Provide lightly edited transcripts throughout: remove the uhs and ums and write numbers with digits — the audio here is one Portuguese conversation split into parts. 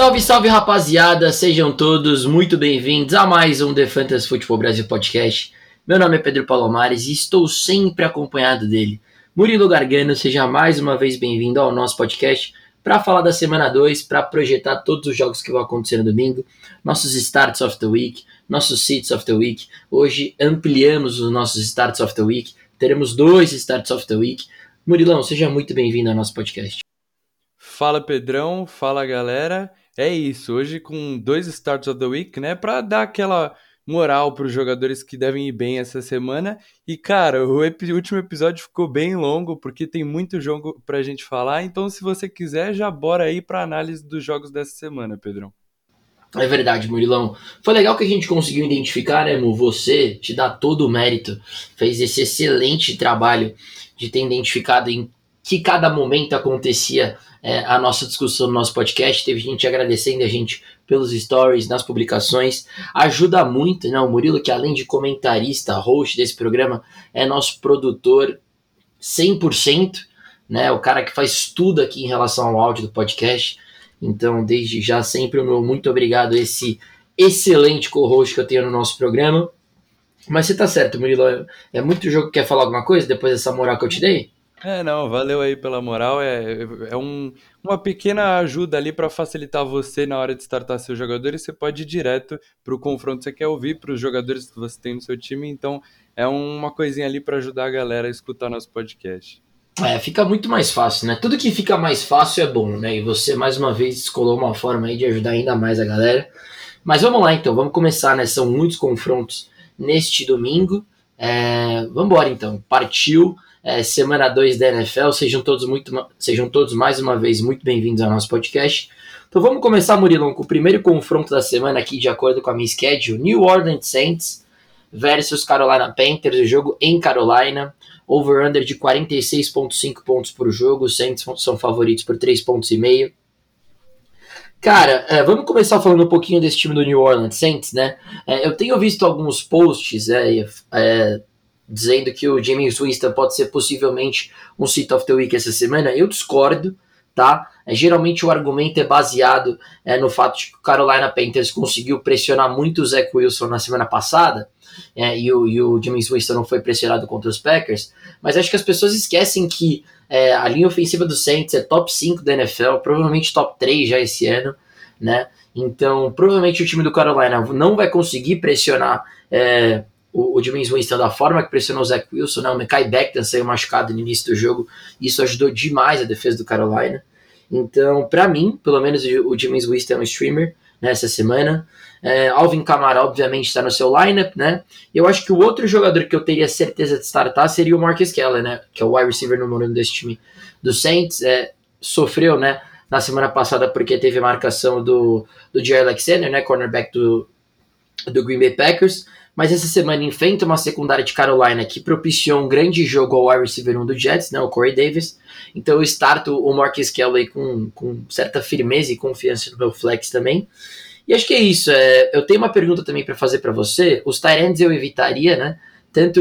Salve, salve rapaziada, sejam todos muito bem-vindos a mais um The Fantasy Football Brasil Podcast. Meu nome é Pedro Palomares e estou sempre acompanhado dele. Murilo Gargano, seja mais uma vez bem-vindo ao nosso podcast para falar da semana 2, para projetar todos os jogos que vão acontecer no domingo, nossos Starts of the Week, nossos Sits of the Week. Hoje ampliamos os nossos Starts of the Week, teremos 2 Starts of the Week. Murilão, seja muito bem-vindo ao nosso podcast. Fala Pedrão, fala galera, é isso, hoje com 2 Starts of the Week, né, pra dar aquela moral pros jogadores que devem ir bem essa semana, e cara, o último episódio ficou bem longo, porque tem muito jogo pra gente falar, então se você quiser, já bora aí pra análise dos jogos dessa semana, Pedrão. É verdade, Murilão. Foi legal que a gente conseguiu identificar, né, Mu? Você te dá todo o mérito, fez esse excelente trabalho de ter identificado em que cada momento acontecia a nossa discussão no nosso podcast. Teve gente agradecendo a gente pelos stories, nas publicações. Ajuda muito, né? O Murilo, que além de comentarista, host desse programa, é nosso produtor 100%, né? O cara que faz tudo aqui em relação ao áudio do podcast. Então, desde já, sempre o meu muito obrigado a esse excelente co-host que eu tenho no nosso programa. Mas você tá certo, Murilo. É muito jogo que quer falar alguma coisa depois dessa moral que eu te dei? Não, valeu aí pela moral, uma pequena ajuda ali para facilitar você na hora de startar seus jogadores, você pode ir direto para o confronto que você quer ouvir, para os jogadores que você tem no seu time, então é uma coisinha ali para ajudar a galera a escutar nosso podcast. Fica muito mais fácil, né? Tudo que fica mais fácil é bom, né? E você, mais uma vez, descolou uma forma aí de ajudar ainda mais a galera. Mas vamos lá, então. Vamos começar, né? São muitos confrontos neste domingo. Vamos embora, então. Partiu. Semana 2 da NFL. Sejam todos mais uma vez muito bem-vindos ao nosso podcast. Então vamos começar, Murilão, com o primeiro confronto da semana aqui, de acordo com a minha schedule. New Orleans Saints versus Carolina Panthers. O jogo em Carolina. Over-under de 46,5 pontos por jogo. Os Saints são favoritos por 3,5 pontos. Cara, vamos começar falando um pouquinho desse time do New Orleans Saints, né? Eu tenho visto alguns posts dizendo que o Jameis Winston pode ser possivelmente um Sit of the Week essa semana. Eu discordo, tá? Geralmente o argumento é baseado no fato de que o Carolina Panthers conseguiu pressionar muito o Zach Wilson na semana passada, e o Jameis Winston não foi pressionado contra os Packers, mas acho que as pessoas esquecem que a linha ofensiva do Saints é top 5 da NFL, provavelmente top 3 já esse ano, né? Então, provavelmente o time do Carolina não vai conseguir pressionar o Jameis Winston da forma que pressionou o Zach Wilson, né? O Mekhi Becton saiu machucado no início do jogo, isso ajudou demais a defesa do Carolina. Então, para mim, pelo menos o Jameis Winston é um streamer nessa semana. Alvin Kamara, obviamente, está no seu lineup, né? Eu acho que o outro jogador que eu teria certeza de startar seria o Marcus Keller, né? Que é o wide receiver número 1 desse time do Saints. Sofreu, né? Na semana passada porque teve marcação do Jair Alexander, né? Cornerback do Green Bay Packers. Mas essa semana enfrenta uma secundária de Carolina que propiciou um grande jogo ao wide receiver 1 do Jets, né, o Corey Davis. Então eu starto o Marquez Callaway com certa firmeza e confiança no meu flex também. E acho que é isso. Eu tenho uma pergunta também para fazer para você. Os tight ends eu evitaria, né? Tanto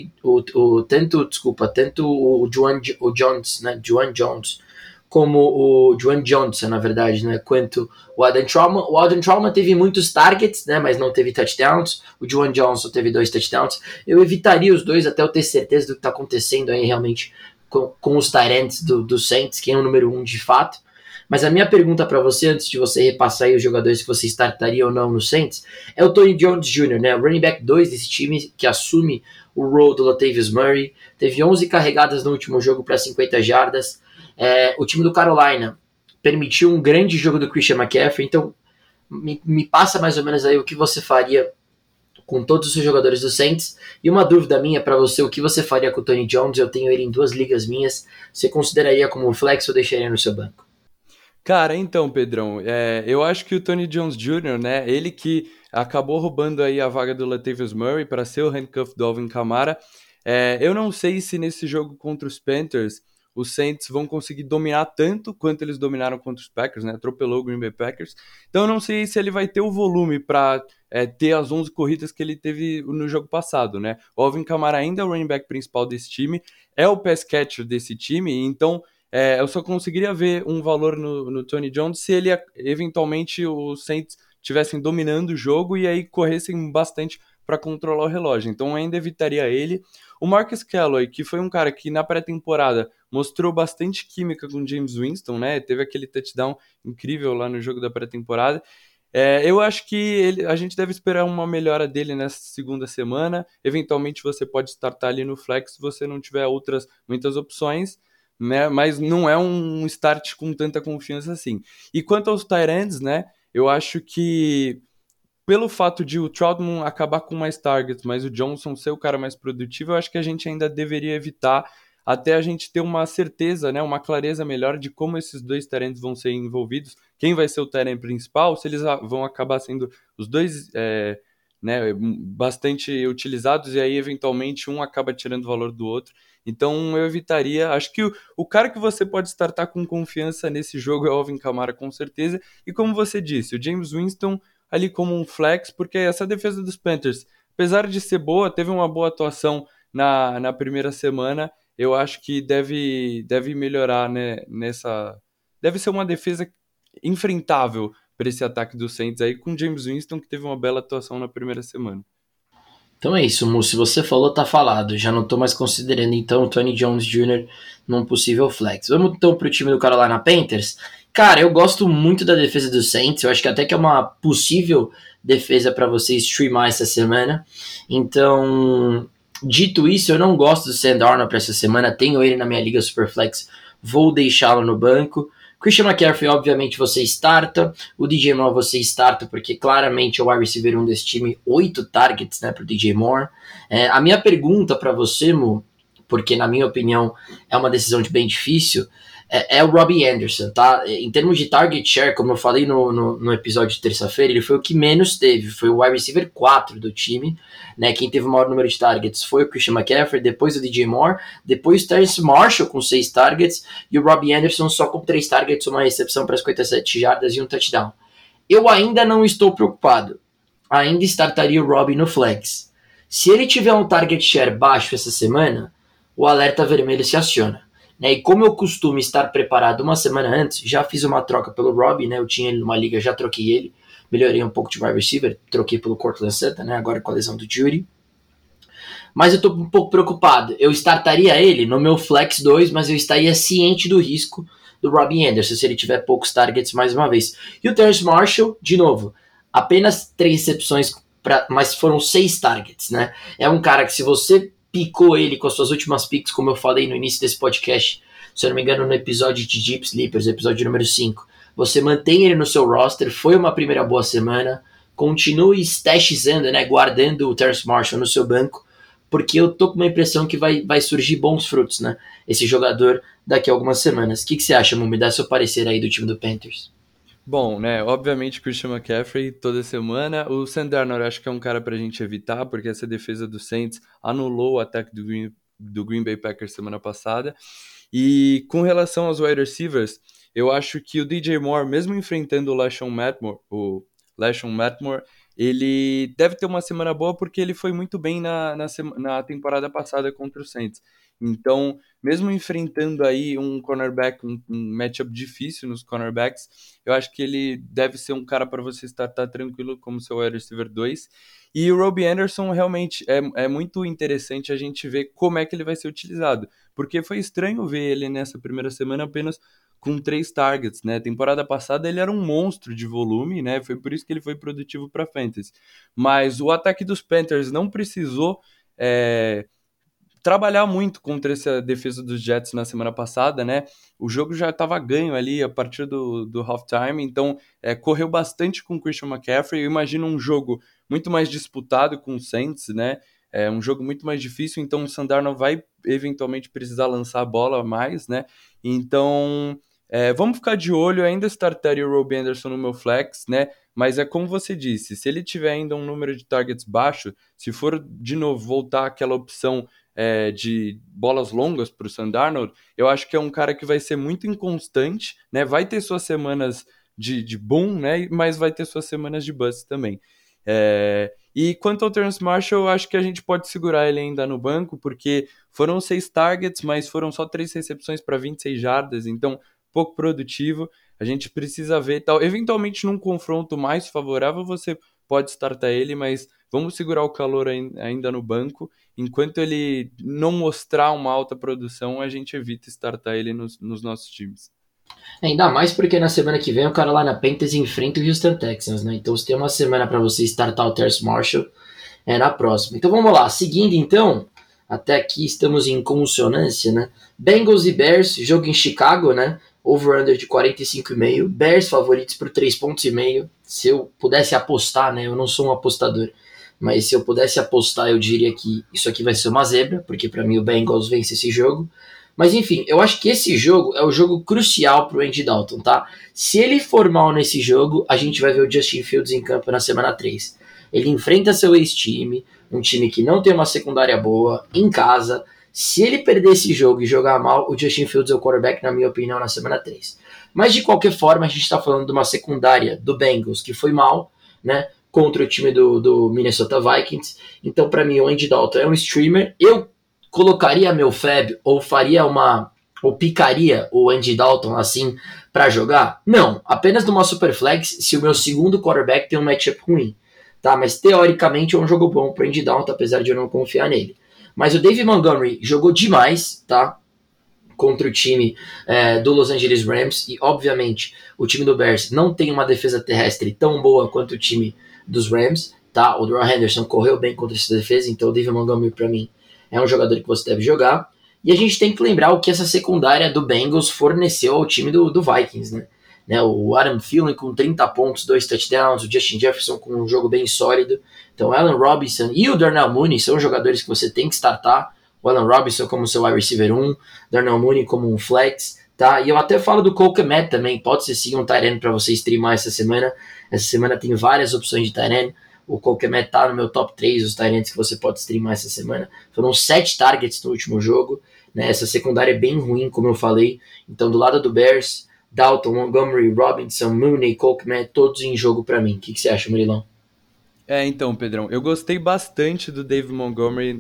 o Juwan Jones, como o Juwan Johnson, na verdade, né? Quanto o Adam Trauma. O Adam Trauma teve muitos targets, né? Mas não teve touchdowns. O Juwan Johnson teve 2 touchdowns. Eu evitaria os dois até eu ter certeza do que está acontecendo aí realmente com os tight ends do Saints, quem é o número 1 de fato. Mas a minha pergunta para você, antes de você repassar aí os jogadores que você startaria ou não no Saints, é o Tony Jones Jr., né? O running back 2 desse time, que assume o role do Latavius Murray. Teve 11 carregadas no último jogo para 50 jardas. O time do Carolina permitiu um grande jogo do Christian McCaffrey, então me passa mais ou menos aí o que você faria com todos os seus jogadores do Saints. E uma dúvida minha para você, o que você faria com o Tony Jones? Eu tenho ele em 2 ligas minhas. Você consideraria como um flex ou deixaria no seu banco? Cara, então, Pedrão, eu acho que o Tony Jones Jr., né, ele que acabou roubando aí a vaga do Latavius Murray para ser o handcuff do Alvin Kamara, eu não sei se nesse jogo contra os Panthers os Saints vão conseguir dominar tanto quanto eles dominaram contra os Packers, né, atropelou o Green Bay Packers, então eu não sei se ele vai ter o volume para ter as 11 corridas que ele teve no jogo passado, né, o Alvin Kamara ainda é o running back principal desse time, é o pass catcher desse time, então eu só conseguiria ver um valor no Tony Jones se ele, eventualmente, os Saints estivessem dominando o jogo e aí corressem bastante para controlar o relógio. Então eu ainda evitaria ele. O Marcus Callaway, que foi um cara que na pré-temporada mostrou bastante química com o James Winston, né? Teve aquele touchdown incrível lá no jogo da pré-temporada. Eu acho que a gente deve esperar uma melhora dele nessa segunda semana. Eventualmente você pode startar ali no flex se você não tiver muitas opções, né? Mas não é um start com tanta confiança assim. E quanto aos tight ends, né? Eu acho que pelo fato de o Troutman acabar com mais targets, mas o Johnson ser o cara mais produtivo, eu acho que a gente ainda deveria evitar até a gente ter uma certeza, né, uma clareza melhor de como esses dois terrenos vão ser envolvidos, quem vai ser o terreno principal, se eles vão acabar sendo os dois né, bastante utilizados e aí eventualmente um acaba tirando o valor do outro. Então eu evitaria, acho que o cara que você pode startar com confiança nesse jogo é o Alvin Kamara com certeza, e como você disse, o James Winston ali como um flex, porque essa defesa dos Panthers, apesar de ser boa, teve uma boa atuação na primeira semana, eu acho que deve melhorar, né, nessa... Deve ser uma defesa enfrentável para esse ataque dos Saints aí, com James Winston, que teve uma bela atuação na primeira semana. Então é isso, Mu. Se você falou, tá falado. Já não tô mais considerando então o Tony Jones Jr. num possível flex. Vamos então pro time do Carolina Panthers. Cara, eu gosto muito da defesa do Saints. Eu acho que até que é uma possível defesa para você streamar essa semana. Então, dito isso, eu não gosto do Sam Darnold para essa semana. Tenho ele na minha liga Superflex. Vou deixá-lo no banco. Christian McCaffrey, obviamente, você starta. O DJ Moore você starta, porque claramente é o wide receiver 1 desse time. 8 targets, né, pro DJ Moore. A minha pergunta para você, Mu, porque na minha opinião é uma decisão de bem difícil, é o Robbie Anderson, tá? Em termos de target share, como eu falei no episódio de terça-feira, ele foi o que menos teve. Foi o wide receiver 4 do time, né? Quem teve o maior número de targets foi o Christian McCaffrey, depois o DJ Moore, depois o Terrence Marshall com 6 targets e o Robbie Anderson só com 3 targets, uma recepção para 57 jardas e um touchdown. Eu ainda não estou preocupado. Ainda startaria o Robbie no flex. Se ele tiver um target share baixo essa semana, o alerta vermelho se aciona. Né? E como eu costumo estar preparado uma semana antes, já fiz uma troca pelo Robbie, né? Eu tinha ele numa liga, já troquei ele. Melhorei um pouco de wide receiver, troquei pelo Cortland Sutton, né? Agora com a lesão do Judy. Mas eu tô um pouco preocupado. Eu startaria ele no meu Flex 2, mas eu estaria ciente do risco do Robbie Anderson, se ele tiver poucos targets mais uma vez. E o Terrence Marshall, de novo, apenas 3 recepções, mas foram 6 targets, né? É um cara que se você picou ele com as suas últimas picks, como eu falei no início desse podcast, se eu não me engano no episódio de Deep Sleepers, episódio número 5, você mantém ele no seu roster, foi uma primeira boa semana, continue stashizando, né, guardando o Terrence Marshall no seu banco, porque eu tô com uma impressão que vai surgir bons frutos, né, esse jogador daqui a algumas semanas. O que você acha, Mu? Me dá seu parecer aí do time do Panthers. Bom, né, obviamente Christian McCaffrey toda semana. O Sam Darnold acho que é um cara pra gente evitar, porque essa defesa do Saints anulou o ataque do Green Bay Packers semana passada. E com relação aos wide receivers, eu acho que o DJ Moore, mesmo enfrentando o LaShawn Mattmore, ele deve ter uma semana boa porque ele foi muito bem na temporada passada contra o Saints. Então, mesmo enfrentando aí um cornerback, um matchup difícil nos cornerbacks, eu acho que ele deve ser um cara para você estar tranquilo como seu wide receiver 2. E o Robbie Anderson realmente é muito interessante a gente ver como é que ele vai ser utilizado, porque foi estranho ver ele nessa primeira semana apenas com 3 targets, né? Temporada passada ele era um monstro de volume, né? Foi por isso que ele foi produtivo para fantasy. Mas o ataque dos Panthers não precisou trabalhar muito contra essa defesa dos Jets na semana passada, né? O jogo já estava ganho ali a partir do halftime, então correu bastante com o Christian McCaffrey. Eu imagino um jogo muito mais disputado com o Saints, né? É um jogo muito mais difícil, então o Sam Darnold vai eventualmente precisar lançar a bola mais, né? Então, vamos ficar de olho. Eu ainda startaria o Robbie Anderson no meu flex, né? Mas é como você disse, se ele tiver ainda um número de targets baixo, se for de novo voltar aquela opção de bolas longas para o Sam Darnold, eu acho que é um cara que vai ser muito inconstante, né? Vai ter suas semanas de boom, né? Mas vai ter suas semanas de bust também. E quanto ao Terrence Marshall, eu acho que a gente pode segurar ele ainda no banco, porque foram 6 targets, mas foram só 3 recepções para 26 jardas, então pouco produtivo. A gente precisa ver tal. Eventualmente, num confronto mais favorável, você pode startar ele, mas vamos segurar o calor ainda no banco. Enquanto ele não mostrar uma alta produção, a gente evita startar ele nos nossos times. Ainda mais porque na semana que vem o Carolina Panthers enfrenta o Houston Texans, né? Então você tem uma semana para você startar o Terrence Marshall na próxima. Então vamos lá, seguindo então, até aqui estamos em consonância, né? Bengals e Bears, jogo em Chicago, né? Over-under de 45,5. Bears favoritos por 3,5 pontos. Se eu pudesse apostar, né? Eu não sou um apostador, mas se eu pudesse apostar, eu diria que isso aqui vai ser uma zebra, porque para mim o Bengals vence esse jogo. Mas enfim, eu acho que esse jogo é o jogo crucial pro Andy Dalton, tá? Se ele for mal nesse jogo, a gente vai ver o Justin Fields em campo na semana 3. Ele enfrenta seu ex-time, um time que não tem uma secundária boa, em casa. Se ele perder esse jogo e jogar mal, o Justin Fields é o quarterback, na minha opinião, na semana 3. Mas de qualquer forma, a gente está falando de uma secundária do Bengals que foi mal, né? Contra o time do Minnesota Vikings. Então, para mim, o Andy Dalton é um streamer. Eu colocaria meu Fab ou faria ou picaria o Andy Dalton assim para jogar? Não, apenas numa Superflex se o meu segundo quarterback tem um matchup ruim, tá? Mas teoricamente é um jogo bom pro Andy Dalton, apesar de eu não confiar nele. Mas o David Montgomery jogou demais, tá? Contra o time do Los Angeles Rams e obviamente o time do Bears não tem uma defesa terrestre tão boa quanto o time dos Rams, tá? O Darrell Henderson correu bem contra essa defesa, então o David Montgomery para mim é um jogador que você deve jogar. E a gente tem que lembrar o que essa secundária do Bengals forneceu ao time do Vikings, né? O Adam Thielen com 30 pontos, 2 touchdowns, o Justin Jefferson com um jogo bem sólido. Então o Allen Robinson e o Darnell Mooney são jogadores que você tem que startar. O Allen Robinson como seu wide receiver 1, Darnell Mooney como um flex, tá? E eu até falo do Cole Kmet também, pode ser sim um tight end para você streamar essa semana. Essa semana tem várias opções de tight end. O Cole Kmet tá no meu top 3, os tight ends que você pode streamar essa semana. Foram 7 targets no último jogo, né? Essa secundária é bem ruim, como eu falei. Então, do lado do Bears, Dalton, Montgomery, Robinson, Mooney, Cole Kmet, todos em jogo para mim. O que você acha, Murilão? Então, Pedrão, eu gostei bastante do David Montgomery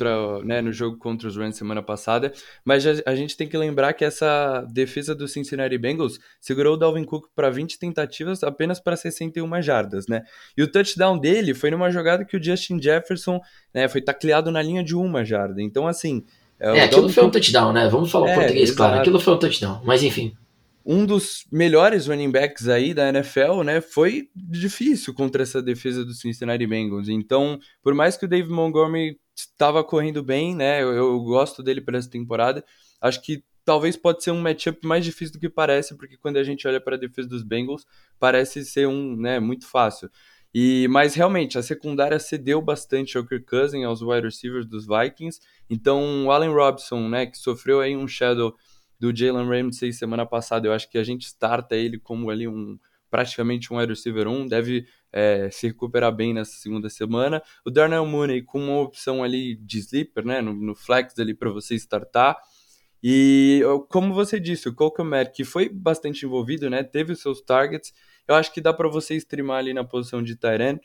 no jogo contra os Rams semana passada, mas a gente tem que lembrar que essa defesa do Cincinnati Bengals segurou o Dalvin Cook para 20 tentativas apenas para 61 jardas, né? E o touchdown dele foi numa jogada que o Justin Jefferson, né, foi tacleado na linha de 1 jarda. Então, assim, o Aquilo Dalvin foi um Cook... touchdown, né? Vamos falar o português, claro. Exato. Aquilo foi um touchdown, mas enfim. Um dos melhores running backs aí da NFL, né, foi difícil contra essa defesa do Cincinnati Bengals. Então, por mais que o David Montgomery estava correndo bem, né, eu gosto dele para essa temporada, acho que talvez pode ser um matchup mais difícil do que parece, porque quando a gente olha para a defesa dos Bengals, parece ser muito fácil. Mas realmente, a secundária cedeu bastante ao Kirk Cousins, aos wide receivers dos Vikings. Então, o Allen Robinson, né, que sofreu aí um shadow do Jalen Ramsey semana passada, eu acho que a gente starta ele como ali praticamente um wide receiver 1, deve se recuperar bem nessa segunda semana. O Darnell Mooney com uma opção ali de sleeper, né, no flex ali para você startar. E como você disse, o Cole Kmet, que foi bastante envolvido, né, teve os seus targets, eu acho que dá para você streamar ali na posição de tight end.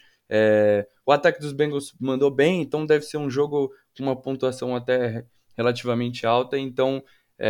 O ataque dos Bengals mandou bem, então deve ser um jogo com uma pontuação até relativamente alta, então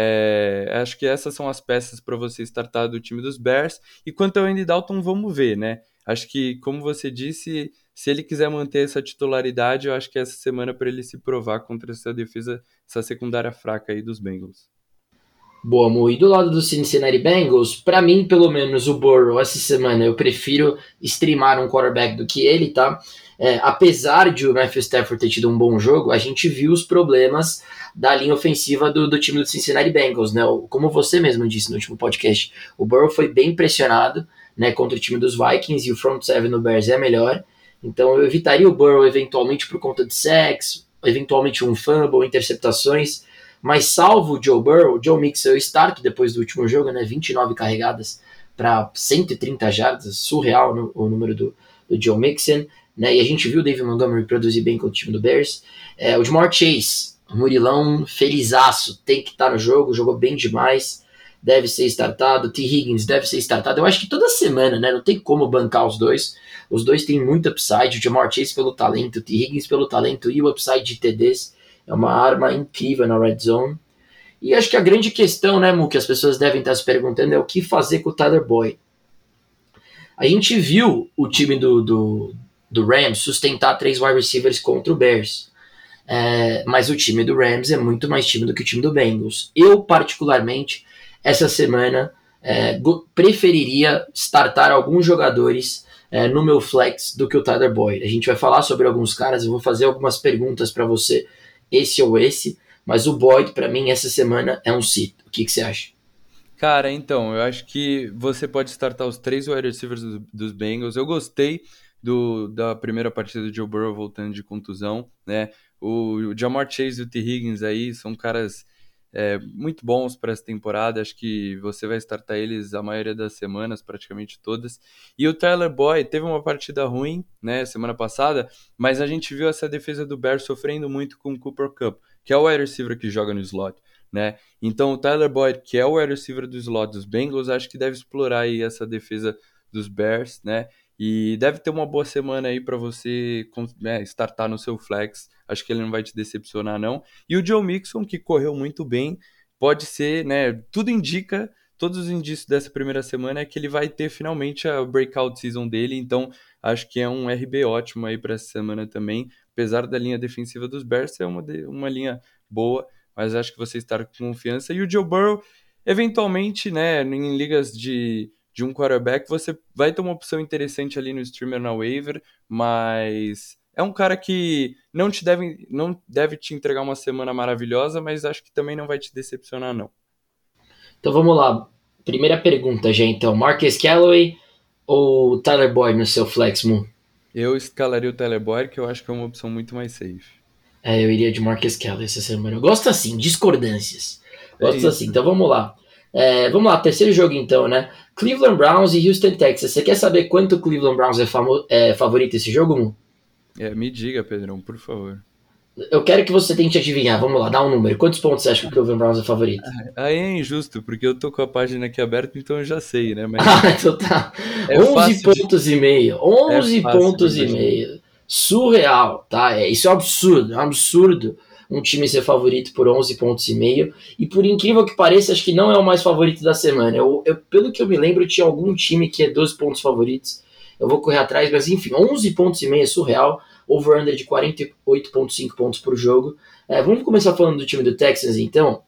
acho que essas são as peças para você startar do time dos Bears. E quanto ao Andy Dalton, vamos ver, né? Acho que, como você disse, se ele quiser manter essa titularidade, eu acho que é essa semana para ele se provar contra essa defesa, essa secundária fraca aí dos Bengals. Boa, Mu. E do lado do Cincinnati Bengals, para mim, pelo menos, o Burrow, essa semana, eu prefiro streamar um quarterback do que ele, tá? Apesar de o Matthew Stafford ter tido um bom jogo, a gente viu os problemas da linha ofensiva do time do Cincinnati Bengals, né? Como você mesmo disse no último podcast, o Burrow foi bem pressionado, né, contra o time dos Vikings e o front seven no Bears é melhor. Então eu evitaria o Burrow eventualmente por conta de sacks, eventualmente um fumble, interceptações. Mas salvo o Joe Burrow, o Joe Mixon starto depois do último jogo, né, 29 carregadas para 130 jardas, surreal o número do Joe Mixon, né, e a gente viu o David Montgomery produzir bem com o time do Bears. O Ja'Marr Chase, o Murilão, felizaço, tem que estar no jogo, jogou bem demais. deve ser startado, T. Higgins deve ser startado. Eu acho que toda semana, né? Não tem como bancar os dois. Os dois têm muito upside, o Ja'Marr Chase pelo talento, o T. Higgins pelo talento e o upside de TDs. É uma arma incrível na red zone. E acho que a grande questão, né, Mu, que as pessoas devem estar se perguntando é o que fazer com o Tyler Boyd. A gente viu o time do Rams sustentar 3 wide receivers contra o Bears. Mas o time do Rams é muito mais time do que o time do Bengals. Eu, particularmente, essa semana preferiria startar alguns jogadores no meu flex do que o Tyler Boyd. A gente vai falar sobre alguns caras, eu vou fazer algumas perguntas para você, esse ou esse, mas o Boyd, para mim, essa semana é um sit. O que você acha? Cara, então, eu acho que você pode startar os 3 wide receivers dos Bengals. Eu gostei da primeira partida do Joe Burrow voltando de contusão, né? O Ja'Marr Chase e o T. Higgins aí são caras muito bons para essa temporada. Acho que você vai startar eles a maioria das semanas, praticamente todas. E o Tyler Boyd teve uma partida ruim, né, semana passada, mas a gente viu essa defesa do Bears sofrendo muito com o Cooper Kupp, que é o wide receiver que joga no slot, né? Então o Tyler Boyd, que é o wide receiver do slot dos Bengals, acho que deve explorar aí essa defesa dos Bears, né? E deve ter uma boa semana aí para você startar no seu flex. Acho que ele não vai te decepcionar, não. E o Joe Mixon, que correu muito bem, pode ser, né? Tudo indica, todos os indícios dessa primeira semana é que ele vai ter finalmente a breakout season dele. Então acho que é um RB ótimo aí para essa semana também. Apesar da linha defensiva dos Bears ser uma linha boa, mas acho que você está com confiança. E o Joe Burrow, eventualmente, né, em ligas de um quarterback, você vai ter uma opção interessante ali no streamer na waiver, mas é um cara que não deve te entregar uma semana maravilhosa, mas acho que também não vai te decepcionar, não. Então vamos lá. Primeira pergunta, já então. Marcus Callaway ou Tyler Boyd no seu flex, Mu? Eu escalaria o Tyler Boyd, que eu acho que é uma opção muito mais safe. Eu iria de Marcus Callaway essa semana. Eu gosto assim, discordâncias. É Gosto assim. isso. Então vamos lá. Vamos lá, terceiro jogo então, né? Cleveland Browns e Houston Texas. Você quer saber quanto o Cleveland Browns é favorito esse jogo, Mu? Me diga, Pedrão, por favor. Eu quero que você tente adivinhar. Vamos lá, dá um número. Quantos pontos você acha que o Cleveland Browns é favorito? Aí é injusto, porque eu tô com a página aqui aberta, então eu já sei, né? Mas Então tá. é 11 fácil de, pontos e meio. é 11 fácil de pontos e imaginar. meio. Surreal, tá? Isso é um absurdo. É um absurdo um time ser favorito por 11 pontos e meio. E por incrível que pareça, acho que não é o mais favorito da semana. Pelo que eu me lembro, tinha algum time que é 12 pontos favoritos. Eu vou correr atrás, mas enfim, 11 pontos e meio é surreal. Over-under de 48,5 pontos por jogo. Vamos começar falando do time do Texans, então.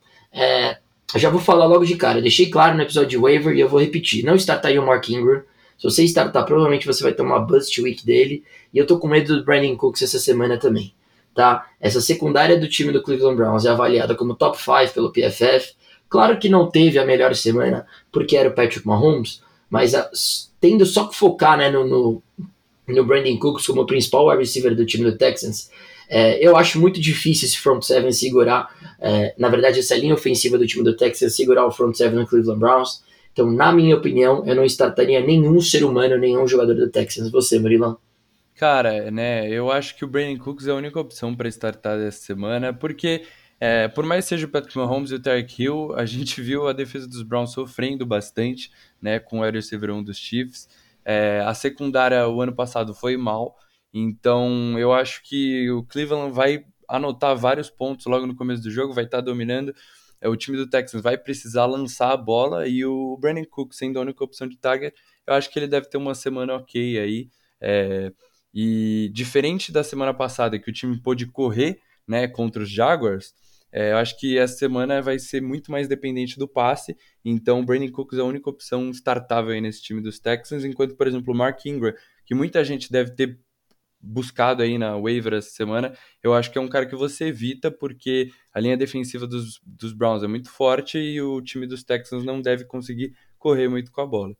Eu já vou falar logo de cara. Eu deixei claro no episódio de waiver e eu vou repetir. Não startaria o Mark Ingram. Se você startar, provavelmente você vai ter uma bust week dele. E eu tô com medo do Brandon Cooks essa semana também. Tá? Essa secundária do time do Cleveland Browns é avaliada como top 5 pelo PFF. Claro que não teve a melhor semana porque era o Patrick Mahomes, mas tendo só que focar, né, no Brandon Cooks como o principal wide receiver do time do Texans, eu acho muito difícil esse front seven segurar, na verdade essa linha ofensiva do time do Texans segurar o front seven do Cleveland Browns. Então, na minha opinião, eu não startaria nenhum ser humano, nenhum jogador do Texans. Você, Murilão? Cara, né, eu acho que o Brandon Cooks é a única opção para startar essa semana, porque por mais que seja o Patrick Mahomes e o Tyreek Hill, a gente viu a defesa dos Browns sofrendo bastante, né, com o wide receiver 1 dos Chiefs. A secundária o ano passado foi mal, então eu acho que o Cleveland vai anotar vários pontos logo no começo do jogo, vai estar dominando. O time do Texans vai precisar lançar a bola e o Brandon Cooks sendo a única opção de target, eu acho que ele deve ter uma semana ok aí. É, e diferente da semana passada, que o time pôde correr, né, contra os Jaguars, eu acho que essa semana vai ser muito mais dependente do passe. Então, o Brandon Cooks é a única opção startável aí nesse time dos Texans, enquanto, por exemplo, o Mark Ingram, que muita gente deve ter buscado aí na waiver essa semana, eu acho que é um cara que você evita, porque a linha defensiva dos Browns é muito forte e o time dos Texans não deve conseguir correr muito com a bola.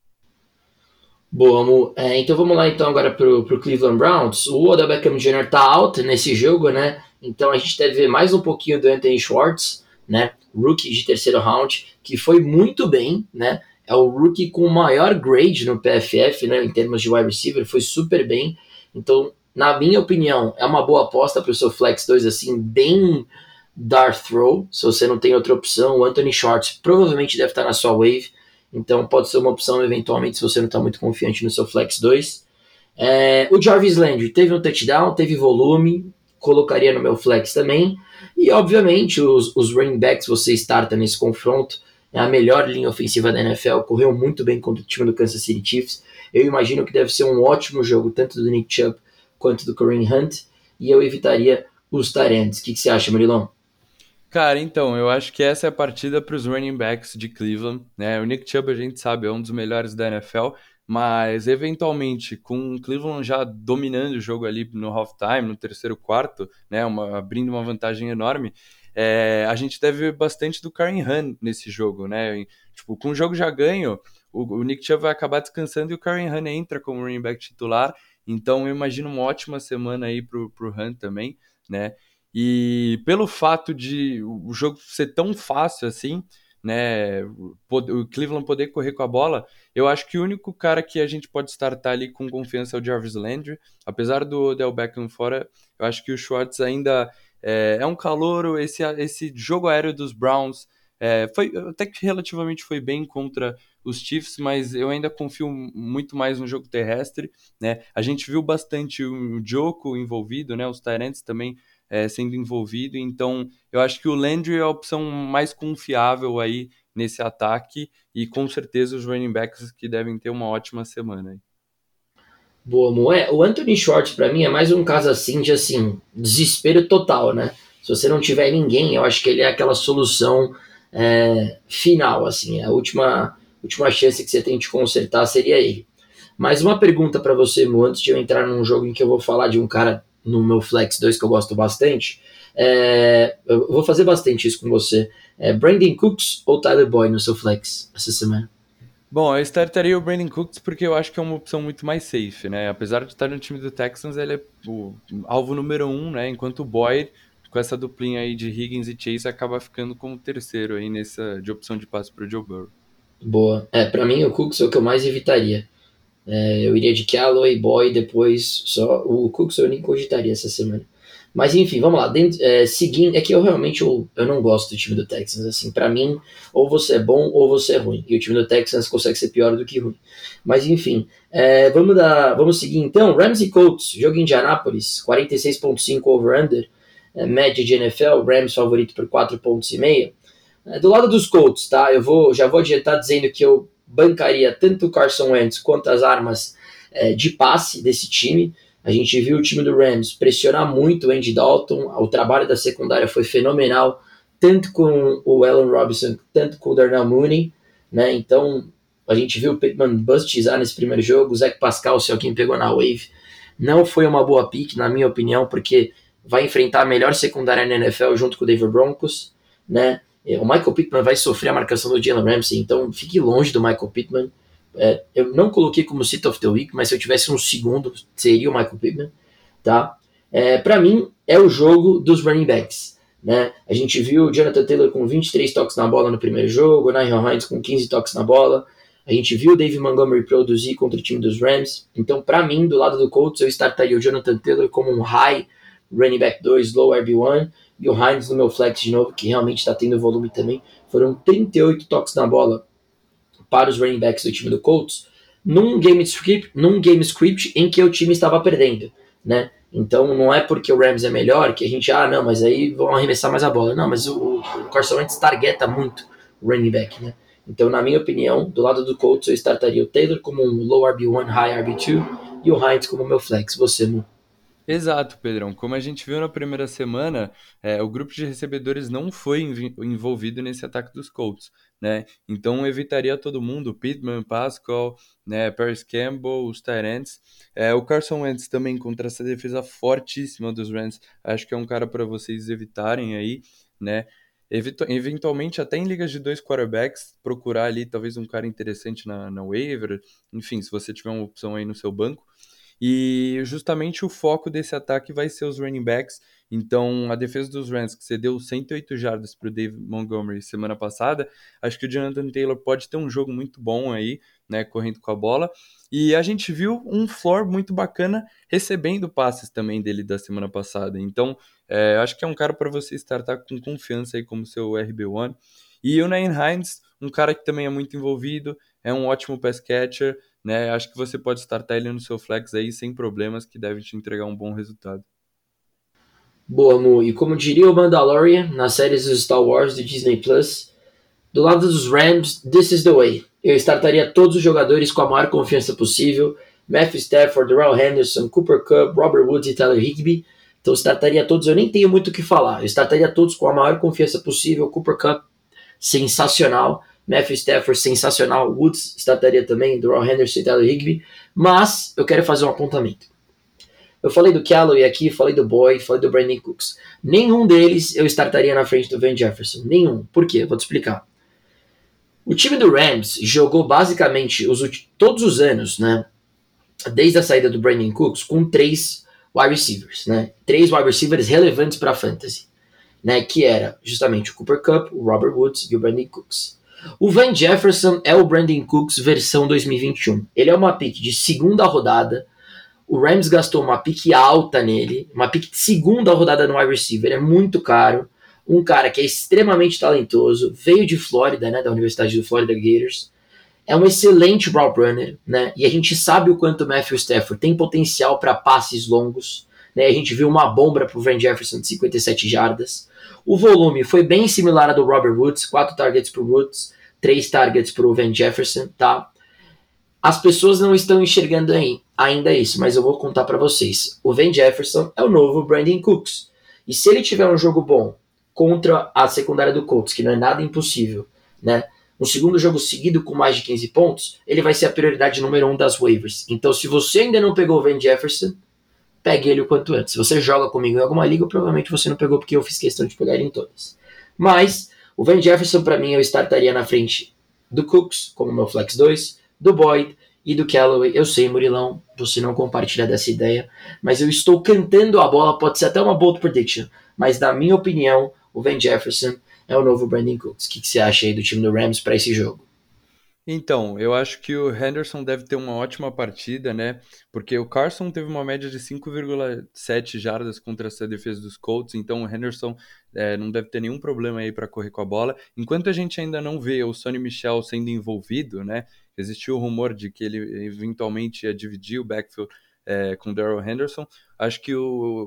Boa, Mu. Então vamos lá então agora pro Cleveland Browns. O Odell Beckham Jr. tá out nesse jogo, né? Então a gente deve ver mais um pouquinho do Anthony Schwartz, né? Rookie de terceiro round, que foi muito bem, né? É o rookie com o maior grade no PFF, né? Em termos de wide receiver, foi super bem. Então, na minha opinião, é uma boa aposta para o seu Flex 2, assim, bem Darth Rowe, se você não tem outra opção. O Anthony Shorts provavelmente deve estar na sua wave, então pode ser uma opção eventualmente se você não está muito confiante no seu Flex 2. O Jarvis Landry teve um touchdown, teve volume, colocaria no meu Flex também. E obviamente os running backs você starta nesse confronto. É a melhor linha ofensiva da NFL, correu muito bem contra o time do Kansas City Chiefs. Eu imagino que deve ser um ótimo jogo, tanto do Nick Chubb quanto do Kareem Hunt. E eu evitaria os tight ends. O que você acha, Murilão? Cara, então, eu acho que essa é a partida para os running backs de Cleveland, né? O Nick Chubb, a gente sabe, é um dos melhores da NFL, mas eventualmente, com o Cleveland já dominando o jogo ali no halftime, no terceiro quarto, né? Abrindo uma vantagem enorme, a gente deve ver bastante do Kareem Hunt nesse jogo, né? Tipo, com o jogo já ganho, o Nick Chubb vai acabar descansando e o Kareem Hunt entra como running back titular, então eu imagino uma ótima semana aí pro Hunt também, né? E pelo fato de o jogo ser tão fácil assim, né, o Cleveland poder correr com a bola, eu acho que o único cara que a gente pode startar ali com confiança é o Jarvis Landry. Apesar do Odell Beckham fora, eu acho que o Schwartz ainda é um calouro. Esse jogo aéreo dos Browns foi até que relativamente foi bem contra os Chiefs, mas eu ainda confio muito mais no jogo terrestre, né? A gente viu bastante o Joko envolvido, né? Os Tyrants também sendo envolvido. Então, eu acho que o Landry é a opção mais confiável aí nesse ataque e com certeza os running backs que devem ter uma ótima semana aí. Boa, Moé. O Anthony Short, para mim, é mais um caso assim de desespero total, né? Se você não tiver ninguém, eu acho que ele é aquela solução final, assim. A última chance que você tem de consertar seria ele. Mas uma pergunta para você, Mo, antes de eu entrar num jogo em que eu vou falar de um cara no meu Flex 2 que eu gosto bastante. Eu vou fazer bastante isso com você. Brandon Cooks ou Tyler Boyd no seu Flex essa semana? Bom, eu startaria o Brandon Cooks porque eu acho que é uma opção muito mais safe, né? Apesar de estar no time do Texans, ele é o alvo número um, né? Enquanto o Boyd, com essa duplinha aí de Higgins e Chase, acaba ficando como terceiro aí nessa de opção de passe para o Joe Burrow. Boa. Para mim, o Cooks é o que eu mais evitaria. Eu iria de Callaway, Boy, depois só o Cooks eu nem cogitaria essa semana. Mas enfim, vamos lá. Seguindo, é que eu não gosto do time do Texans. Assim, para mim, ou você é bom ou você é ruim. E o time do Texans consegue ser pior do que ruim. Mas enfim, vamos seguir então. Rams e Colts, jogo em Indianápolis, 46,5 over-under, média de NFL, Rams favorito por 4,5 pontos. Do lado dos Colts, tá? Já vou adiantar dizendo que eu bancaria tanto o Carson Wentz quanto as armas de passe desse time. A gente viu o time do Rams pressionar muito o Andy Dalton, o trabalho da secundária foi fenomenal, tanto com o Allen Robinson, tanto com o Darnell Mooney, né? Então, a gente viu o Pittman bustizar nesse primeiro jogo, o Zach Pascal, se alguém pegou na wave, não foi uma boa pick, na minha opinião, porque vai enfrentar a melhor secundária na NFL junto com o Denver Broncos, né? O Michael Pittman vai sofrer a marcação do Jalen Ramsey, então fique longe do Michael Pittman. Eu não coloquei como sit of the week, mas se eu tivesse um segundo, seria o Michael Pittman, tá? Para mim, é o jogo dos running backs, né? A gente viu o Jonathan Taylor com 23 toques na bola no primeiro jogo, o Nyheim Hines com 15 toques na bola, a gente viu o David Montgomery produzir contra o time dos Rams, então para mim, do lado do Colts, eu startaria o Jonathan Taylor como um high running back 2, low RB1, e o Hines no meu flex de novo, que realmente está tendo volume também. Foram 38 toques na bola para os running backs do time do Colts, num game script em que o time estava perdendo, né? Então não é porque o Rams é melhor que a gente, não, mas aí vão arremessar mais a bola. Não, mas o Carson Wentz targeta muito o running back, né? Então, na minha opinião, do lado do Colts, eu startaria o Taylor como um low RB1, high RB2 e o Hines como meu flex. Você, Mu? Exato, Pedrão. Como a gente viu na primeira semana, o grupo de recebedores não foi envolvido nesse ataque dos Colts, né? Então evitaria todo mundo, Pittman, Pascal, né, Paris Campbell, os Tyrants. O Carson Wentz também contra essa defesa fortíssima dos Rams. Acho que é um cara para vocês evitarem aí, né? Eventualmente, até em ligas de dois quarterbacks, procurar ali talvez um cara interessante na waiver. Enfim, se você tiver uma opção aí no seu banco. e justamente o foco desse ataque vai ser os running backs. Então, a defesa dos Rams, que cedeu 108 jardas para o Dave Montgomery semana passada, acho que o Jonathan Taylor pode ter um jogo muito bom aí, né, correndo com a bola. E a gente viu um floor muito bacana recebendo passes também dele da semana passada. Então, acho que é um cara para você startar com confiança aí como seu RB1. E o Nyheim Hines, um cara que também é muito envolvido, é um ótimo pass catcher, né? Acho que você pode startar ele no seu flex aí sem problemas, que deve te entregar um bom resultado. Boa, Mu. E como diria o Mandalorian nas séries dos Star Wars do Disney Plus, do lado dos Rams, this is the way. Eu startaria todos os jogadores com a maior confiança possível. Matthew Stafford, Darrell Henderson, Cooper Kupp, Robert Woods e Tyler Higbee. Então eu startaria todos, eu nem tenho muito o que falar. Eu startaria todos com a maior confiança possível. Cooper Kupp, sensacional. Matthew Stafford, sensacional. Woods startaria também, Darrell Henderson e Tyler Higbee. Mas eu quero fazer um apontamento. Eu falei do Callaway aqui, falei do Boyd, falei do Brandon Cooks. Nenhum deles eu startaria na frente do Van Jefferson. Nenhum. Por quê? Vou te explicar. O time do Rams jogou basicamente todos os anos, né? Desde a saída do Brandon Cooks, com 3 wide receivers, né? 3 wide receivers relevantes para a fantasy, né? Que era justamente o Cooper Kupp, o Robert Woods e o Brandon Cooks. O Van Jefferson é o Brandon Cooks versão 2021. Ele é uma pick de segunda rodada. O Rams gastou uma pick alta nele, uma pick de segunda rodada no wide receiver, é muito caro. Um cara que é extremamente talentoso, veio de Flórida, né, da Universidade do Florida Gators. É um excelente route runner, né? E a gente sabe o quanto o Matthew Stafford tem potencial para passes longos. Né? A gente viu uma bomba para o Van Jefferson de 57 jardas. O volume foi bem similar ao do Robert Woods, 4 targets para o Woods, 3 targets para o Van Jefferson, tá? As pessoas não estão enxergando ainda isso, mas eu vou contar para vocês. O Van Jefferson é o novo Brandon Cooks. E se ele tiver um jogo bom contra a secundária do Colts, que não é nada impossível, né? Um segundo jogo seguido com mais de 15 pontos, ele vai ser a prioridade número 1 das waivers. Então, se você ainda não pegou o Van Jefferson, pegue ele o quanto antes. Se você joga comigo em alguma liga, provavelmente você não pegou porque eu fiz questão de pegar ele em todas. Mas, o Van Jefferson, para mim, eu startaria na frente do Cooks, como meu flex 2, do Boyd e do Callaway. Eu sei, Murilão, você não compartilha dessa ideia, mas eu estou cantando a bola, pode ser até uma bold prediction, mas na minha opinião, o Van Jefferson é o novo Brandon Cooks. O que você acha aí do time do Rams para esse jogo? Então, eu acho que o Henderson deve ter uma ótima partida, né? Porque o Carson teve uma média de 5,7 jardas contra essa defesa dos Colts, então o Henderson não deve ter nenhum problema aí para correr com a bola. Enquanto a gente ainda não vê o Sonny Michel sendo envolvido, né? Existiu o rumor de que ele eventualmente ia dividir o backfield com o Darrell Henderson. Acho que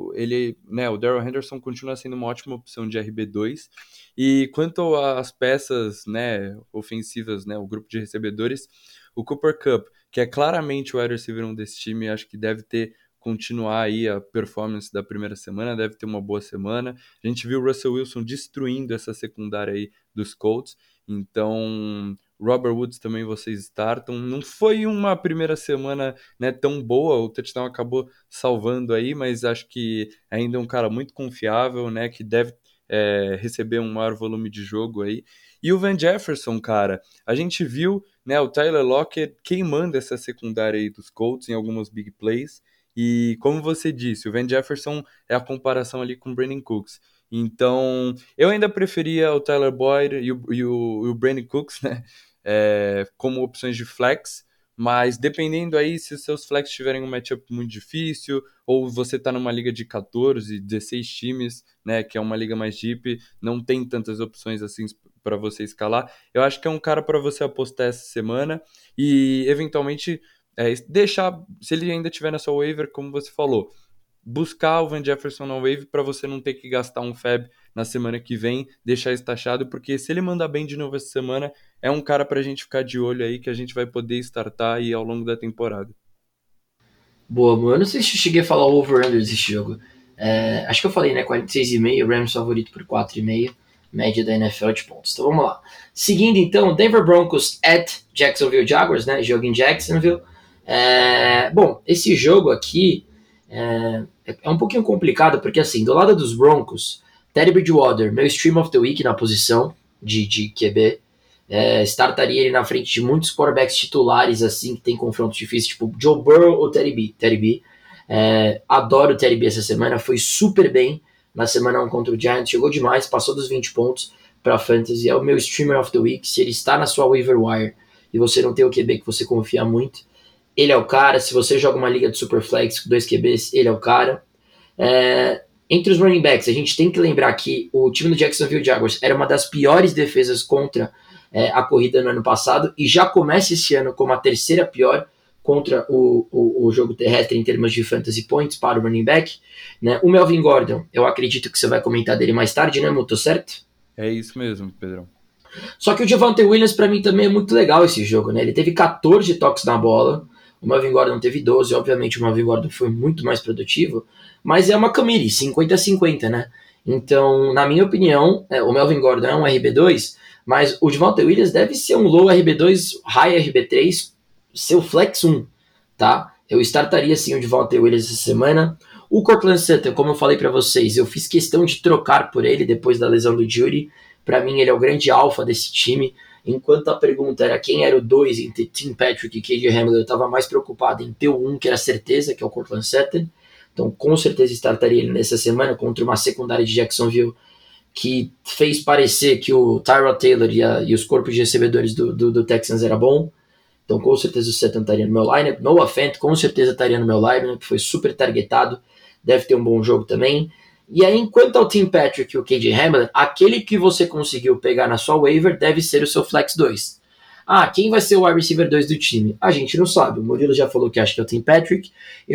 o Darrell Henderson continua sendo uma ótima opção de RB2. E quanto às peças, né, ofensivas, né, o grupo de recebedores, o Cooper Kupp, que é claramente o wide receiver 1 desse time, acho que deve continuar aí a performance da primeira semana, deve ter uma boa semana. A gente viu o Russell Wilson destruindo essa secundária aí dos Colts, então Robert Woods também vocês startam. Não foi uma primeira semana, né, tão boa, o touchdown acabou salvando aí, mas acho que ainda é um cara muito confiável, né, que deve receber um maior volume de jogo aí. E o Van Jefferson, cara, a gente viu, né, o Tyler Lockett queimando essa secundária aí dos Colts em algumas big plays. E como você disse, o Van Jefferson é a comparação ali com o Brandon Cooks. Então, eu ainda preferia o Tyler Boyd e o Brandon Cooks, né, como opções de flex, mas dependendo aí se os seus flex tiverem um matchup muito difícil, ou você tá numa liga de 14, 16 times, né, que é uma liga mais deep, não tem tantas opções assim para você escalar, eu acho que é um cara para você apostar essa semana e eventualmente deixar, se ele ainda tiver na sua waiver, como você falou, buscar o Van Jefferson na wave para você não ter que gastar um fab na semana que vem, deixar estachado, porque se ele mandar bem de novo essa semana, é um cara pra gente ficar de olho aí que a gente vai poder startar aí ao longo da temporada. Boa, boa. Eu não sei se eu cheguei a falar o over-under desse jogo. Acho que eu falei, né? 46,5, Rams favorito por 4,5, média da NFL de pontos. Então vamos lá. Seguindo então, Denver Broncos at Jacksonville Jaguars, né? Jogo em Jacksonville. Bom, esse jogo aqui é um pouquinho complicado, porque assim, do lado dos Broncos, Teddy Bridgewater, meu stream of the week na posição de QB. Startaria ele na frente de muitos quarterbacks titulares, assim, que tem confrontos difíceis, tipo Joe Burrow ou Teddy B. Adoro o Teddy B essa semana, foi super bem na semana 1 contra o Giants, chegou demais, passou dos 20 pontos para Fantasy, é o meu Streamer of the Week. Se ele está na sua waiver wire e você não tem o QB que você confia muito, ele é o cara. Se você joga uma liga de Superflex com 2 QBs, ele é o cara. Entre os running backs, a gente tem que lembrar que o time do Jacksonville Jaguars era uma das piores defesas contra a corrida no ano passado e já começa esse ano como a terceira pior contra o jogo terrestre em termos de fantasy points para o running back. Né? O Melvin Gordon, eu acredito que você vai comentar dele mais tarde, né, Muto? Certo? É isso mesmo, Pedrão. Só que o Javonte Williams, para mim, também é muito legal esse jogo, né? Ele teve 14 toques na bola, o Melvin Gordon teve 12, obviamente o Melvin Gordon foi muito mais produtivo, mas é uma committee, 50-50, né? Então, na minha opinião, o Melvin Gordon é um RB2, mas o Javonte Williams deve ser um low RB2, high RB3, seu flex 1, tá? Eu startaria sim o Javonte Williams essa semana. O Courtland Sutton, como eu falei para vocês, eu fiz questão de trocar por ele depois da lesão do Judy. Para mim, ele é o grande alfa desse time. Enquanto a pergunta era quem era o 2 entre Tim Patrick e KJ Hamler, eu estava mais preocupado em ter o 1, que era certeza, que é o Courtland Sutton. Então, com certeza, startaria ele nessa semana contra uma secundária de Jacksonville que fez parecer que o Tyrod Taylor e os corpos de recebedores do Texans era bom. Então, com certeza, o Sutton estaria no meu lineup. Noah Fant, com certeza, estaria no meu lineup. Foi super targetado. Deve ter um bom jogo também. E aí, enquanto ao Tim Patrick e o KJ Hamler, aquele que você conseguiu pegar na sua waiver deve ser o seu Flex 2. Quem vai ser o wide receiver 2 do time? A gente não sabe. O Murilo já falou que acha que é o Tim Patrick.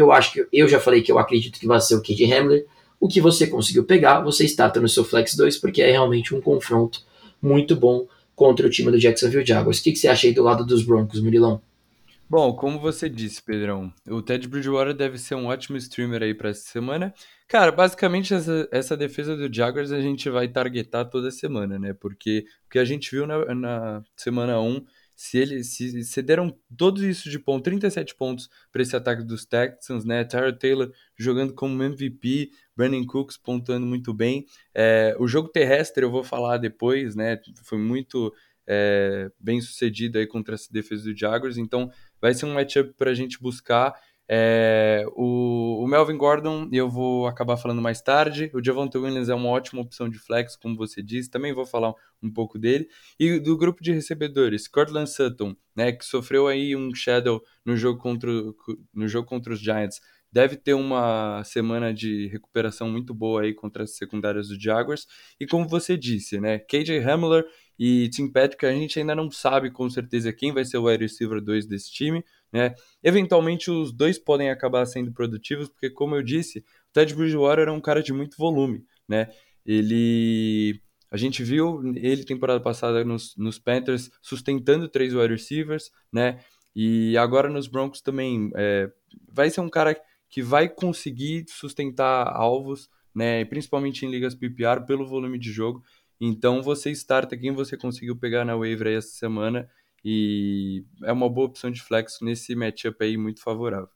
Eu já falei que eu acredito que vai ser o KJ Hamler. O que você conseguiu pegar, você starta no seu Flex 2, porque é realmente um confronto muito bom contra o time do Jacksonville Jaguars. O que você acha aí do lado dos Broncos, Murilão? Bom, como você disse, Pedrão, o Ted Bridgewater deve ser um ótimo streamer aí para essa semana. Cara, basicamente essa defesa do Jaguars a gente vai targetar toda semana, né? Porque o que a gente viu na semana 1, se cederam todos isso de ponto, 37 pontos para esse ataque dos Texans, né? Tyrod Taylor jogando como MVP, Brandon Cooks pontuando muito bem. O jogo terrestre eu vou falar depois, né? Foi muito bem sucedido aí contra essa defesa do Jaguars, então vai ser um matchup para a gente buscar. O Melvin Gordon eu vou acabar falando mais tarde. O Javonte Williams é uma ótima opção de flex, como você disse. Também vou falar um pouco dele. E do grupo de recebedores, Courtland Sutton, né, que sofreu aí um shadow no jogo contra os Giants. Deve ter uma semana de recuperação muito boa aí contra as secundárias do Jaguars. E como você disse, né, KJ Hamler e Tim Patrick, a gente ainda não sabe com certeza quem vai ser o wide receiver 2 desse time, né? Eventualmente os dois podem acabar sendo produtivos, porque como eu disse, o Ted Bridgewater é um cara de muito volume, né? A gente viu ele temporada passada nos Panthers sustentando 3 wide receivers, né? E agora nos Broncos também vai ser um cara que vai conseguir sustentar alvos, né? Principalmente em ligas PPR pelo volume de jogo. Então você starta quem você conseguiu pegar na waiver aí essa semana e é uma boa opção de flex nesse matchup aí muito favorável.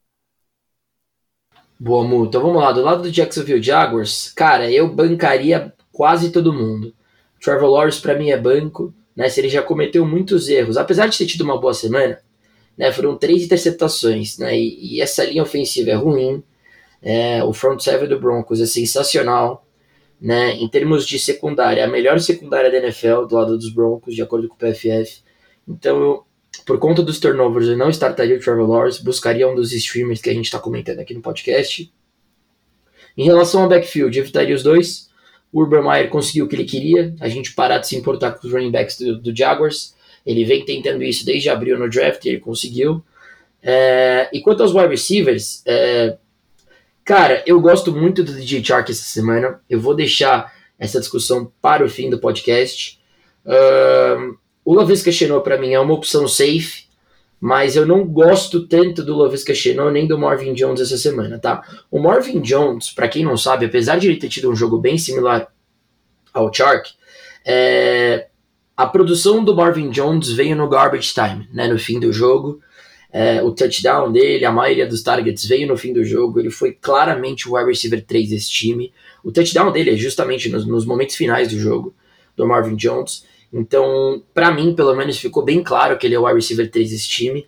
Boa, Mu. Então vamos lá. Do lado do Jacksonville Jaguars, cara, eu bancaria quase todo mundo. Trevor Lawrence pra mim é banco, né? Se ele já cometeu muitos erros, apesar de ter tido uma boa semana, né? Foram 3 interceptações, né? E essa linha ofensiva é ruim. O front seven do Broncos é sensacional. Né, em termos de secundária, a melhor secundária da NFL do lado dos Broncos, de acordo com o PFF. Então, por conta dos turnovers, eu não startaria o Trevor Lawrence, buscaria um dos streamers que a gente está comentando aqui no podcast. Em relação ao backfield, evitaria os dois. O Urban Meyer conseguiu o que ele queria, a gente parar de se importar com os running backs do Jaguars. Ele vem tentando isso desde abril no draft e ele conseguiu. E quanto aos wide receivers, cara, eu gosto muito do DJ Chark essa semana. Eu vou deixar essa discussão para o fim do podcast. O Laviska Shenault para mim é uma opção safe, mas eu não gosto tanto do Laviska Shenault nem do Marvin Jones essa semana, tá? O Marvin Jones, para quem não sabe, apesar de ele ter tido um jogo bem similar ao Chark, a produção do Marvin Jones veio no garbage time, né, no fim do jogo. O touchdown dele, a maioria dos targets veio no fim do jogo. Ele foi claramente o wide receiver 3 desse time. O touchdown dele é justamente nos momentos finais do jogo, do Marvin Jones. Então, para mim, pelo menos, ficou bem claro que ele é o wide receiver 3 desse time.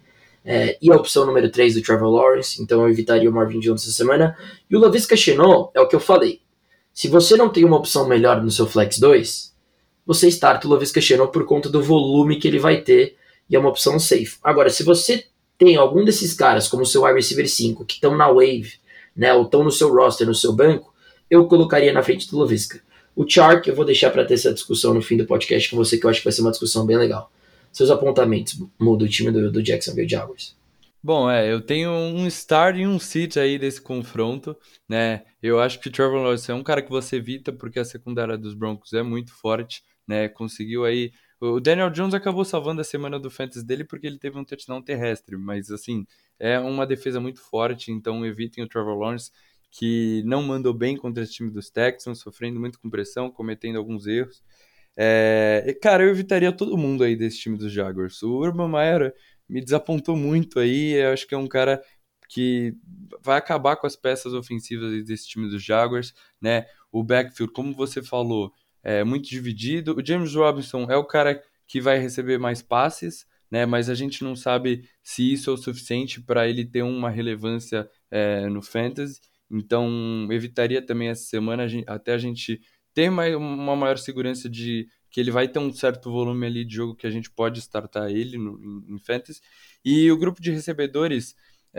E a opção número 3 do Trevor Lawrence, então eu evitaria o Marvin Jones essa semana. E o Laviska Shenault é o que eu falei. Se você não tem uma opção melhor no seu Flex 2, você starta o Laviska Shenault por conta do volume que ele vai ter e é uma opção safe. Agora, se você tem algum desses caras, como o seu wide receiver 5, que estão na wave, né, ou estão no seu roster, no seu banco, eu colocaria na frente do Laviska. O Chark eu vou deixar para ter essa discussão no fim do podcast com você, que eu acho que vai ser uma discussão bem legal. Seus apontamentos, muda o time do Jacksonville Jaguars. Bom, eu tenho um start e um sit aí desse confronto, né? Eu acho que o Trevor Lawrence é um cara que você evita porque a secundária dos Broncos é muito forte, né? Conseguiu aí. O Daniel Jones acabou salvando a semana do fantasy dele porque ele teve um touchdown terrestre, mas assim, é uma defesa muito forte, então evitem o Trevor Lawrence, que não mandou bem contra esse time dos Texans, sofrendo muito com pressão, cometendo alguns erros. Cara, eu evitaria todo mundo aí desse time dos Jaguars. O Urban Meyer me desapontou muito aí. Eu acho que é um cara que vai acabar com as peças ofensivas aí desse time dos Jaguars, né? O backfield, como você falou, é muito dividido. O James Robinson é o cara que vai receber mais passes, né? Mas a gente não sabe se isso é o suficiente para ele ter uma relevância no fantasy. Então, evitaria também essa semana até a gente ter uma maior segurança de que ele vai ter um certo volume ali de jogo que a gente pode startar ele em fantasy. E o grupo de recebedores,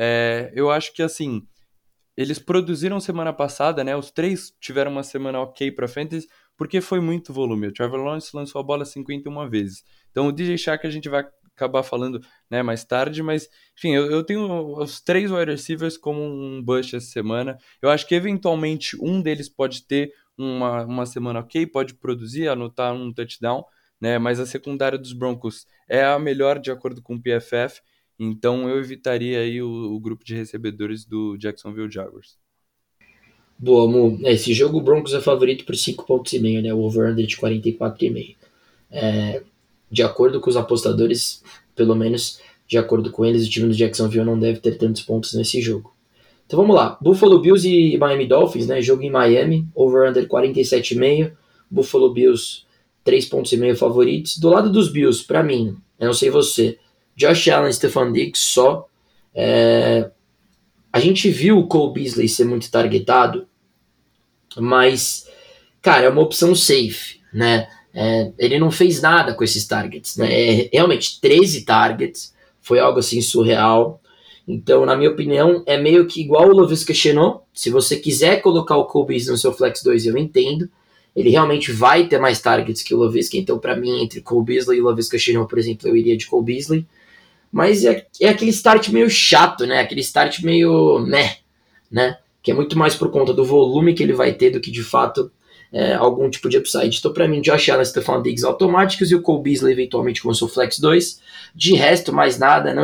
eu acho que assim, eles produziram semana passada, né? Os três tiveram uma semana ok para fantasy, porque foi muito volume. O Trevor Lawrence lançou a bola 51 vezes. Então o DJ Shark a gente vai acabar falando, né, mais tarde, mas enfim, eu tenho os três wide receivers como um bust essa semana. Eu acho que eventualmente um deles pode ter uma semana ok, pode produzir, anotar um touchdown, né? Mas a secundária dos Broncos é a melhor de acordo com o PFF. Então eu evitaria aí o grupo de recebedores do Jacksonville Jaguars. Boa, Mu. Esse jogo o Broncos é favorito por 5,5 pontos, né? O over-under de 44,5. De acordo com os apostadores, pelo menos de acordo com eles, o time do Jacksonville não deve ter tantos pontos nesse jogo. Então vamos lá. Buffalo Bills e Miami Dolphins, né? Jogo em Miami, over-under 47,5. Buffalo Bills 3,5 pontos favoritos. Do lado dos Bills, para mim, eu não sei você, Josh Allen, Stephon Diggs só. A gente viu o Cole Beasley ser muito targetado, mas, cara, é uma opção safe, né? Ele não fez nada com esses targets, né? Realmente, 13 targets, foi algo assim surreal. Então, na minha opinião, é meio que igual o Laviska Shenault. Se você quiser colocar o Cole Beasley no seu Flex 2, eu entendo. Ele realmente vai ter mais targets que o Laviska. Então, para mim, entre Cole Beasley e o Laviska Shenault, por exemplo, eu iria de Cole Beasley. Mas é aquele start meio chato, né? Aquele start meio né? Que é muito mais por conta do volume que ele vai ter do que de fato algum tipo de upside. Então, para mim, Josh Allen, Stephon Diggs automáticos e o Cole Beasley eventualmente com o seu Flex 2. De resto, mais nada,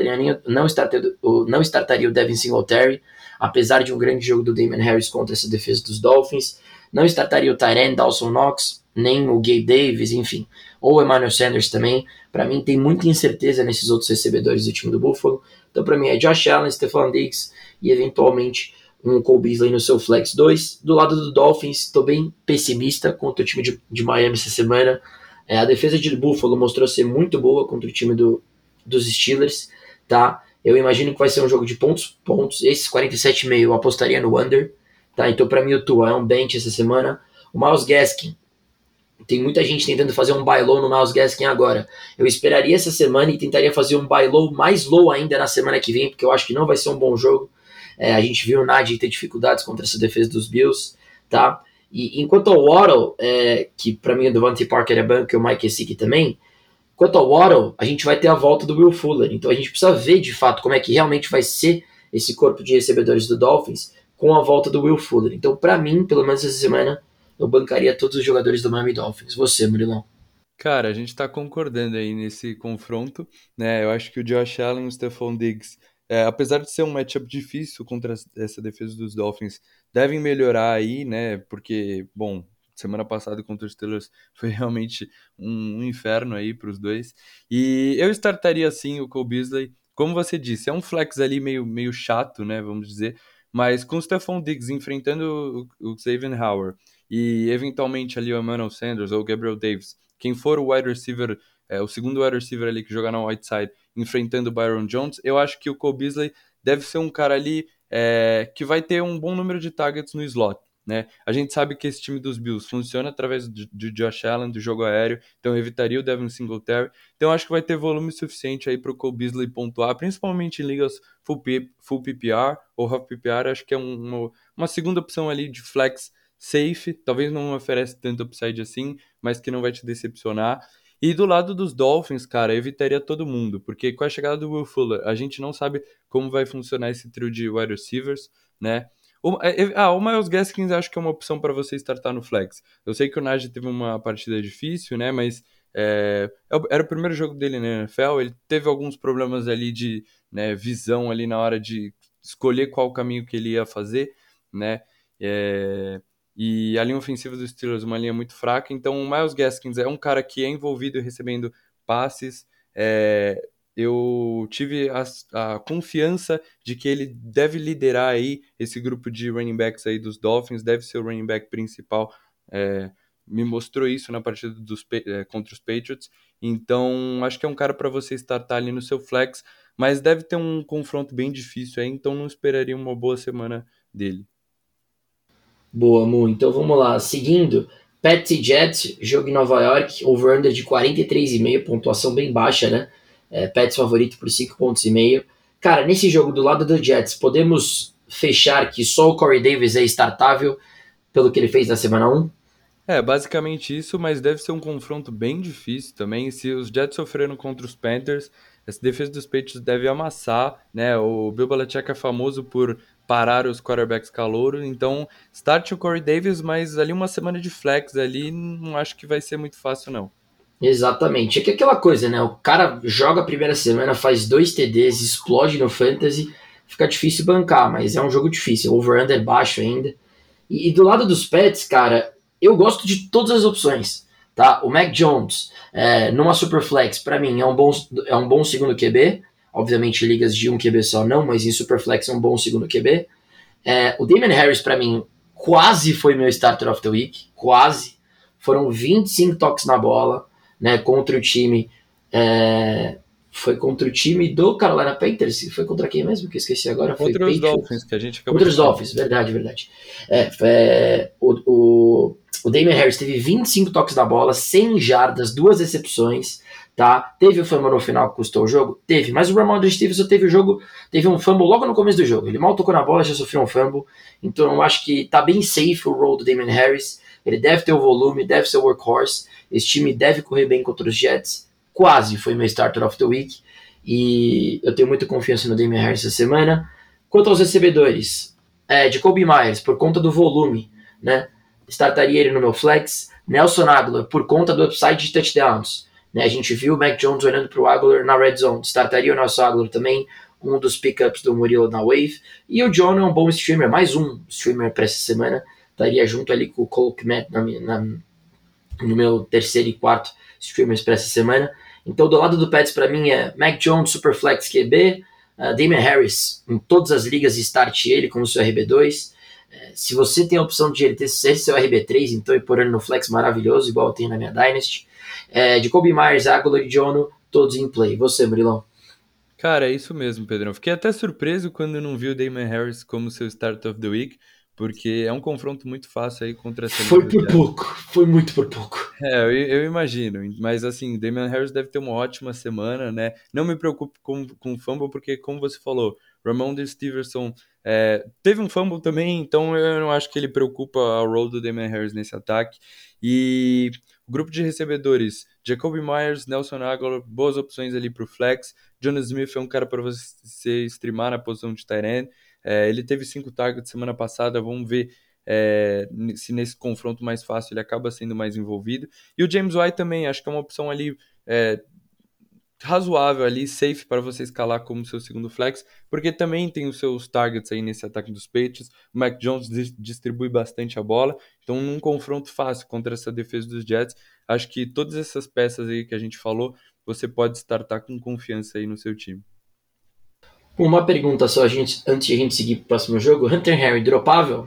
não startaria o Devin Singletary, apesar de um grande jogo do Damon Harris contra essa defesa dos Dolphins. Não startaria o Tyrann, Dawson Knox, nem o Gabe Davis, enfim, ou o Emmanuel Sanders também. Para mim, tem muita incerteza nesses outros recebedores do time do Buffalo. Então, para mim, é Josh Allen, Stephon Diggs e eventualmente um Cole Beasley no seu Flex 2. Do lado do Dolphins, estou bem pessimista contra o time de Miami essa semana. A defesa de Buffalo mostrou ser muito boa contra o time dos Steelers, tá? Eu imagino que vai ser um jogo de pontos. Esses 47,5 eu apostaria no under, tá? Então, para mim, o Tua é um bench essa semana. O Myles Gaskin, tem muita gente tentando fazer um buy low no Myles Gaskin agora. Eu esperaria essa semana e tentaria fazer um buy low mais low ainda na semana que vem, porque eu acho que não vai ser um bom jogo. A gente viu o Nagy ter dificuldades contra essa defesa dos Bills, tá? E enquanto ao Waddle, que para mim o Devontae Parker é banco e o Mike Gesicki também, quanto ao Waddle, a gente vai ter a volta do Will Fuller. Então a gente precisa ver de fato como é que realmente vai ser esse corpo de recebedores do Dolphins com a volta do Will Fuller. Então, para mim, pelo menos essa semana, eu bancaria todos os jogadores do Miami Dolphins. Você, Murilão. Cara, a gente tá concordando aí nesse confronto, né? Eu acho que o Josh Allen e o Stephon Diggs, apesar de ser um matchup difícil contra essa defesa dos Dolphins, devem melhorar aí, né? Porque, bom, semana passada contra os Steelers foi realmente um inferno aí para os dois. E eu startaria assim o Cole Beasley, como você disse, é um flex ali meio chato, né? Vamos dizer. mas com o Stephon Diggs enfrentando o Xavier Howard e eventualmente ali o Emmanuel Sanders ou o Gabriel Davis, quem for o wide receiver, o segundo wide receiver ali que jogar na Whiteside, enfrentando o Byron Jones, eu acho que o Cole Beasley deve ser um cara ali que vai ter um bom número de targets no slot. Né? A gente sabe que esse time dos Bills funciona através de Josh Allen, do jogo aéreo, então eu evitaria o Devin Singletary. Então acho que vai ter volume suficiente aí para o Cole Beasley pontuar, principalmente em ligas full PPR ou half PPR. Acho que é uma segunda opção ali de flex safe, talvez não oferece tanto upside assim, mas que não vai te decepcionar. E do lado dos Dolphins, cara, eu evitaria todo mundo, porque com a chegada do Will Fuller, a gente não sabe como vai funcionar esse trio de wide receivers, né? O Myles Gaskins acho que é uma opção para você startar no flex. Eu sei que o Najee teve uma partida difícil, né? Mas era o primeiro jogo dele na NFL. Ele teve alguns problemas ali de, né, visão ali na hora de escolher qual caminho que ele ia fazer, né? É, e a linha ofensiva dos Steelers, uma linha muito fraca. Então, o Myles Gaskins é um cara que é envolvido recebendo passes. Eu tive a confiança de que ele deve liderar aí esse grupo de running backs aí dos Dolphins, deve ser o running back principal. É, Me mostrou isso na partida contra os Patriots. Então, acho que é um cara para você startar ali no seu flex, mas deve ter um confronto bem difícil aí, então não esperaria uma boa semana dele. Boa, Mu. Então vamos lá. Seguindo, Pets e Jets, jogo em Nova York, over-under de 43,5, pontuação bem baixa, né? Pets favorito por 5,5 pontos. Cara, nesse jogo do lado do Jets, podemos fechar que só o Corey Davis é startável pelo que ele fez na semana 1? Basicamente isso, mas deve ser um confronto bem difícil também. Se os Jets sofreram contra os Panthers, essa defesa dos Patriots deve amassar, né? O Bill Belichick é famoso por parar os quarterbacks calouros, então start o Corey Davis, mas ali uma semana de flex ali, não acho que vai ser muito fácil, não. Exatamente. É que aquela coisa, né? O cara joga a primeira semana, faz 2 TDs, explode no Fantasy, fica difícil bancar, mas é um jogo difícil. Over-under baixo ainda. E do lado dos Pets, cara, eu gosto de todas as opções. Tá? O Mac Jones, numa Superflex, para mim, é um bom segundo QB. Obviamente, ligas de um QB só não, mas em Superflex é um bom segundo QB. O Damian Harris, para mim, quase foi meu starter of the week. Quase. Foram 25 toques na bola, né, contra o time. Foi contra o time do Carolina Panthers. Foi contra quem mesmo? Que eu esqueci agora. Foi Contra os Patriots. Dolphins, que a gente acabou Contra de os falar. Dolphins, verdade, verdade. O Damian Harris teve 25 toques na bola, 100 jardas, 2 recepções, tá? Teve o fumble no final que custou o jogo? Teve, mas o Ramondre Stevenson teve um fumble logo no começo do jogo. Ele mal tocou na bola, já sofreu um fumble. Então eu acho que tá bem safe o role do Damian Harris. Ele deve ter o volume, deve ser o workhorse. Esse time deve correr bem contra os Jets. Quase foi meu starter of the week. E eu tenho muita confiança no Damian Harris essa semana. Quanto aos recebedores, Jacoby Myers, por conta do volume, né? Startaria ele no meu flex. Nelson Aguilar, por conta do upside de touchdowns. Né? A gente viu o Mac Jones olhando para o Aguilar na red zone. Startaria o Nelson Aguilar também, um dos pickups do Murilo na Wave. E o John é um bom streamer, mais um streamer para essa semana. Estaria junto ali com o Cole Kmet no meu terceiro e quarto streamers para essa semana. Então, do lado do Pets, para mim, é Mac Jones, Superflex QB, Damian Harris, em todas as ligas, start ele como seu RB2. Se você tem a opção de ele ter ser seu RB3, então e pôr ele no flex maravilhoso, igual eu tenho na minha Dynasty. Jacoby Myers, Aguilar e Jono, todos em play. Você, Murilão? Cara, é isso mesmo, Pedrão. Fiquei até surpreso quando não vi o Damon Harris como seu start of the week, porque é um confronto muito fácil aí contra essa linha Foi do por Jets. pouco, foi muito por pouco. Eu imagino, mas assim, Damian Harris deve ter uma ótima semana, né? Não me preocupe com o fumble, porque, como você falou, Ramondre Stevenson teve um fumble também, então eu não acho que ele preocupa a role do Damian Harris nesse ataque. E o grupo de recebedores, Jacoby Myers, Nelson Aguilar, boas opções ali para o flex. Jonas Smith é um cara para você streamar na posição de tight end. Ele teve 5 targets semana passada, vamos ver se nesse confronto mais fácil ele acaba sendo mais envolvido. E o James White também, acho que é uma opção ali razoável ali, safe para você escalar como seu segundo flex, porque também tem os seus targets aí nesse ataque dos Patriots. O Mac Jones distribui bastante a bola, então num confronto fácil contra essa defesa dos Jets, acho que todas essas peças aí que a gente falou, você pode startar com confiança aí no seu time. Uma pergunta só, antes de a gente seguir pro próximo jogo. Hunter Henry, dropável?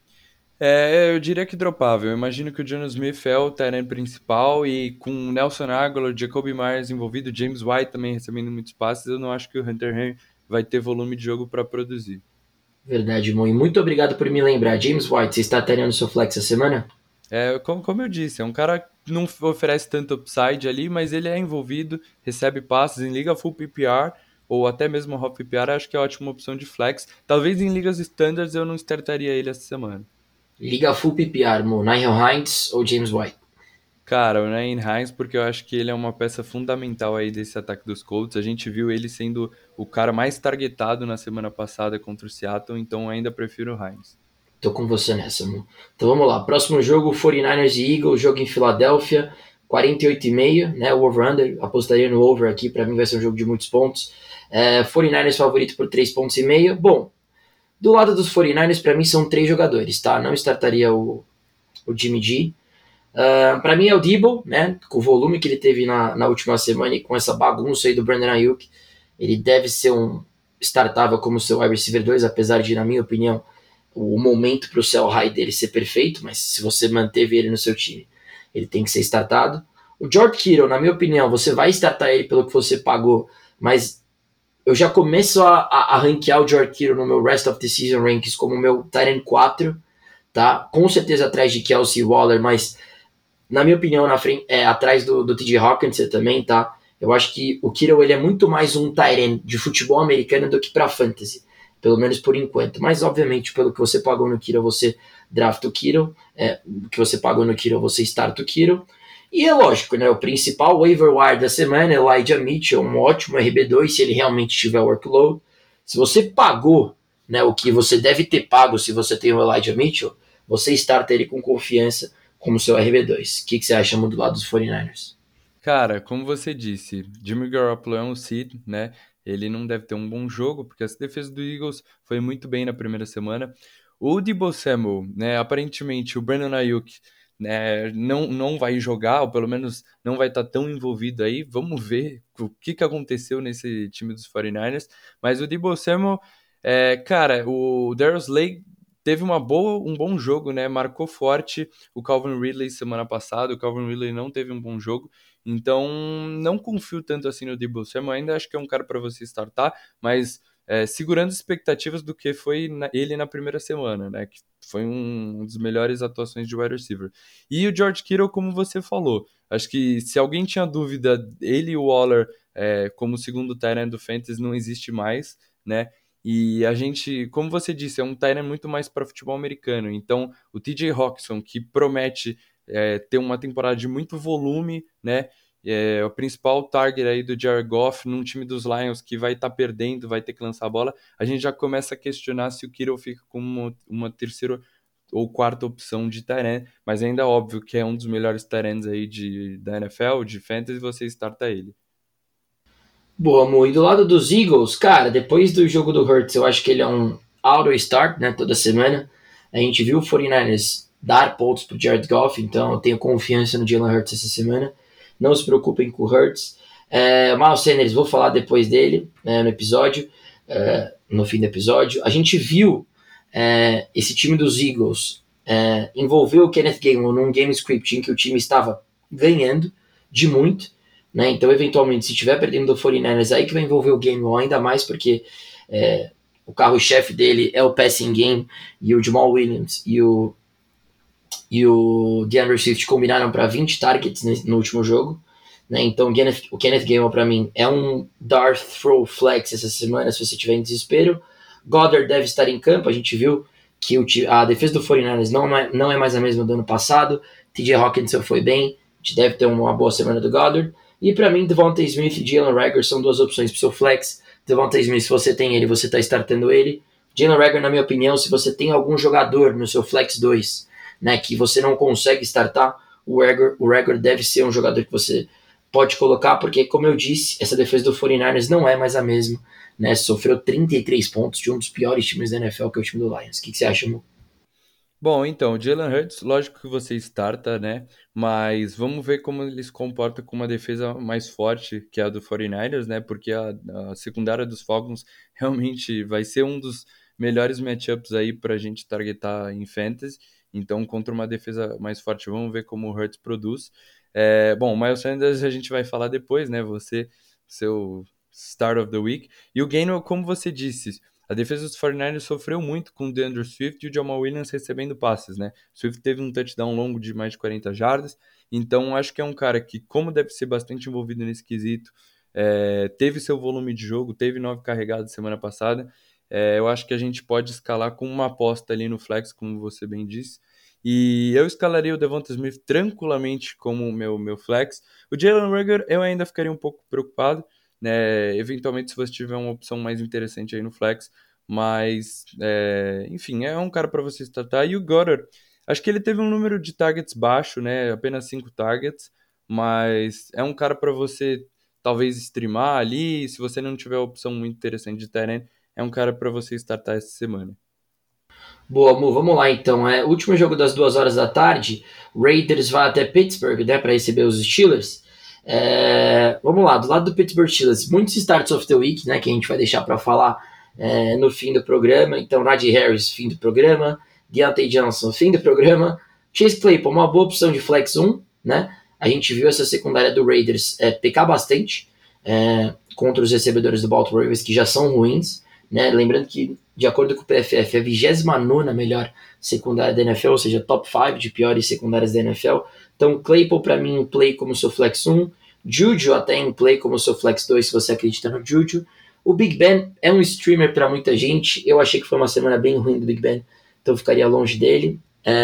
Eu diria que dropável. Eu imagino que o Jonnu Smith é o tight end principal e com o Nelson Agholor, Jacoby Myers envolvido, James White também recebendo muitos passes, eu não acho que o Hunter Henry vai ter volume de jogo para produzir. Verdade, Mo. E muito obrigado por me lembrar. James White, você está treinando seu flex essa semana? Como eu disse, é um cara que não oferece tanto upside ali, mas ele é envolvido, recebe passes em liga full PPR ou até mesmo half PPR, acho que é ótima opção de flex. Talvez em ligas standards eu não startaria ele essa semana. Liga full PPR, Mo. Nyheim Hines ou James White? Cara, o Nyheim Hines, porque eu acho que ele é uma peça fundamental aí desse ataque dos Colts. A gente viu ele sendo o cara mais targetado na semana passada contra o Seattle, então ainda prefiro o Hines. Tô com você nessa, Mo. Então vamos lá. Próximo jogo, 49ers e Eagles, jogo em Filadélfia, 48,5, né? O over-under. Apostaria no over aqui, para mim vai ser um jogo de muitos pontos. 49ers favorito por 3,5 pontos. Bom, do lado dos 49ers, para mim são três jogadores, tá? Não startaria o Jimmy G. Para mim é o Debo, né? Com o volume que ele teve na última semana e com essa bagunça aí do Brandon Ayuk, ele deve ser um startável como seu wide receiver 2, apesar de, na minha opinião, o momento para o sell high dele ser perfeito, mas se você manteve ele no seu time, ele tem que ser startado. O George Kittle, na minha opinião, você vai startar ele pelo que você pagou, mas eu já começo a ranquear o George Kittle no meu Rest of the Season Rankings como meu tight end 4, tá? Com certeza atrás de Kelsey Waller, mas na minha opinião, na frente, atrás do TJ Hawkinson também, tá? Eu acho que o Kittle ele é muito mais um tight end de futebol americano do que para fantasy, pelo menos por enquanto. Mas, obviamente, pelo que você pagou no Kittle, você drafta o Kittle, o que você pagou no Kittle, você starta o Kittle. E é lógico, né? O principal waiver wire da semana é Elijah Mitchell, um ótimo RB2 se ele realmente tiver workload. Se você pagou, né, o que você deve ter pago se você tem o Elijah Mitchell, você starta ele com confiança como seu RB2. O que você acha do lado dos 49ers? Cara, como você disse, Jimmy Garoppolo é um seed, né? Ele não deve ter um bom jogo, porque essa defesa do Eagles foi muito bem na primeira semana. O Deebo Samuel, né? Aparentemente o Brandon Ayuk, né, não vai jogar, ou pelo menos não vai estar tão envolvido aí. Vamos ver o que aconteceu nesse time dos 49ers. Mas o Deebo Samuel, cara, o Darius Slay teve um bom jogo, né? Marcou forte o Calvin Ridley semana passada. O Calvin Ridley não teve um bom jogo. Então, não confio tanto assim no Deebo Samuel. Ainda acho que é um cara para você startar, mas segurando as expectativas do que foi ele na primeira semana, né? Que foi um dos melhores atuações de wide receiver. E o George Kittle, como você falou, acho que se alguém tinha dúvida, ele e o Waller como segundo tight end do Fantasy não existe mais, né? E a gente, como você disse, é um tight end muito mais para futebol americano. Então, o TJ Hawkinson, que promete ter uma temporada de muito volume, né? O principal target aí do Jared Goff num time dos Lions que vai estar perdendo, vai ter que lançar a bola, a gente já começa a questionar se o Kittle fica como uma terceira ou quarta opção de tight end, mas ainda é óbvio que é um dos melhores tight ends aí da NFL, de fantasy, você starta ele. Boa, Mo. E do lado dos Eagles, cara, depois do jogo do Hurts, eu acho que ele é um auto-start, né, toda semana. A gente viu o 49ers dar pontos pro Jared Goff, então eu tenho confiança no Jalen Hurts essa semana. Não se preocupem com o Hurts. Miles Sanders, vou falar depois dele, né, no episódio, no fim do episódio. A gente viu esse time dos Eagles envolver o Kenneth Gainwell num game script em que o time estava ganhando de muito, né? Então, eventualmente, se estiver perdendo do 49ers, aí que vai envolver o game ainda mais, porque o carro-chefe dele é o passing game, e o Jamal Williams e o DeAndre Swift combinaram para 20 targets no último jogo. Né? Então, o Kenneth Gainwell, para mim, é um Darth Throw Flex essa semana, se você tiver em desespero. Goddard deve estar em campo, a gente viu que a defesa do 49ers não é mais a mesma do ano passado. TJ Hawkinson foi bem, a gente deve ter uma boa semana do Goddard. E para mim, Devontae Smith e Jalen Reagor são duas opções para o seu flex. Devontae Smith, se você tem ele, você está startando ele. Jalen Reagor, na minha opinião, se você tem algum jogador no seu flex 2, né, que você não consegue startar, o Reagor deve ser um jogador que você pode colocar, porque, como eu disse, essa defesa do 49ers não é mais a mesma. Né, sofreu 33 pontos de um dos piores times da NFL, que é o time do Lions. O que você acha, Mu? Bom, então, o Jalen Hurts, lógico que você starta, né? Mas vamos ver como ele se comporta com uma defesa mais forte que a do 49ers, né? Porque a secundária dos Falcons realmente vai ser um dos melhores matchups aí para a gente targetar em fantasy. Então, contra uma defesa mais forte, vamos ver como o Hurts produz. Bom, o Miles Sanders a gente vai falar depois, né? Você, seu Start of the Week. E o Gainwell, como você disse, a defesa dos 49ers sofreu muito com o DeAndre Swift e o Jamal Williams recebendo passes, né? Swift teve um touchdown longo de mais de 40 jardas, então acho que é um cara que, como deve ser bastante envolvido nesse quesito, teve seu volume de jogo, teve 9 carregados semana passada. Eu acho que a gente pode escalar com uma aposta ali no flex, como você bem disse. E eu escalaria o Devonta Smith tranquilamente como meu flex. O Jalen Reagor eu ainda ficaria um pouco preocupado, né? Eventualmente, se você tiver uma opção mais interessante aí no flex, mas enfim, é um cara para você startar. E o Goddard, acho que ele teve um número de targets baixo, né? Apenas 5 targets, mas é um cara para você talvez streamar ali. Se você não tiver opção muito interessante de tight end, é um cara para você startar essa semana. Boa, Mu, vamos lá então. Último jogo das 2 horas da tarde. Raiders vai até Pittsburgh, né, para receber os Steelers. Vamos lá, do lado do Pittsburgh Steelers, muitos starts of the week, né, que a gente vai deixar para falar no fim do programa. Então, Najee Harris, fim do programa. Deontay Johnson, fim do programa. Chase Claypool, uma boa opção de flex 1, né? A gente viu essa secundária do Raiders pecar bastante contra os recebedores do Baltimore Ravens, que já são ruins, né? Lembrando que, de acordo com o PFF, é a 29ª melhor secundária da NFL, ou seja, top 5 de piores secundárias da NFL. Então, Claypool, para mim, em play como seu flex 1. Juju até em play como seu flex 2, se você acredita no Juju. O Big Ben é um streamer para muita gente. Eu achei que foi uma semana bem ruim do Big Ben, então ficaria longe dele.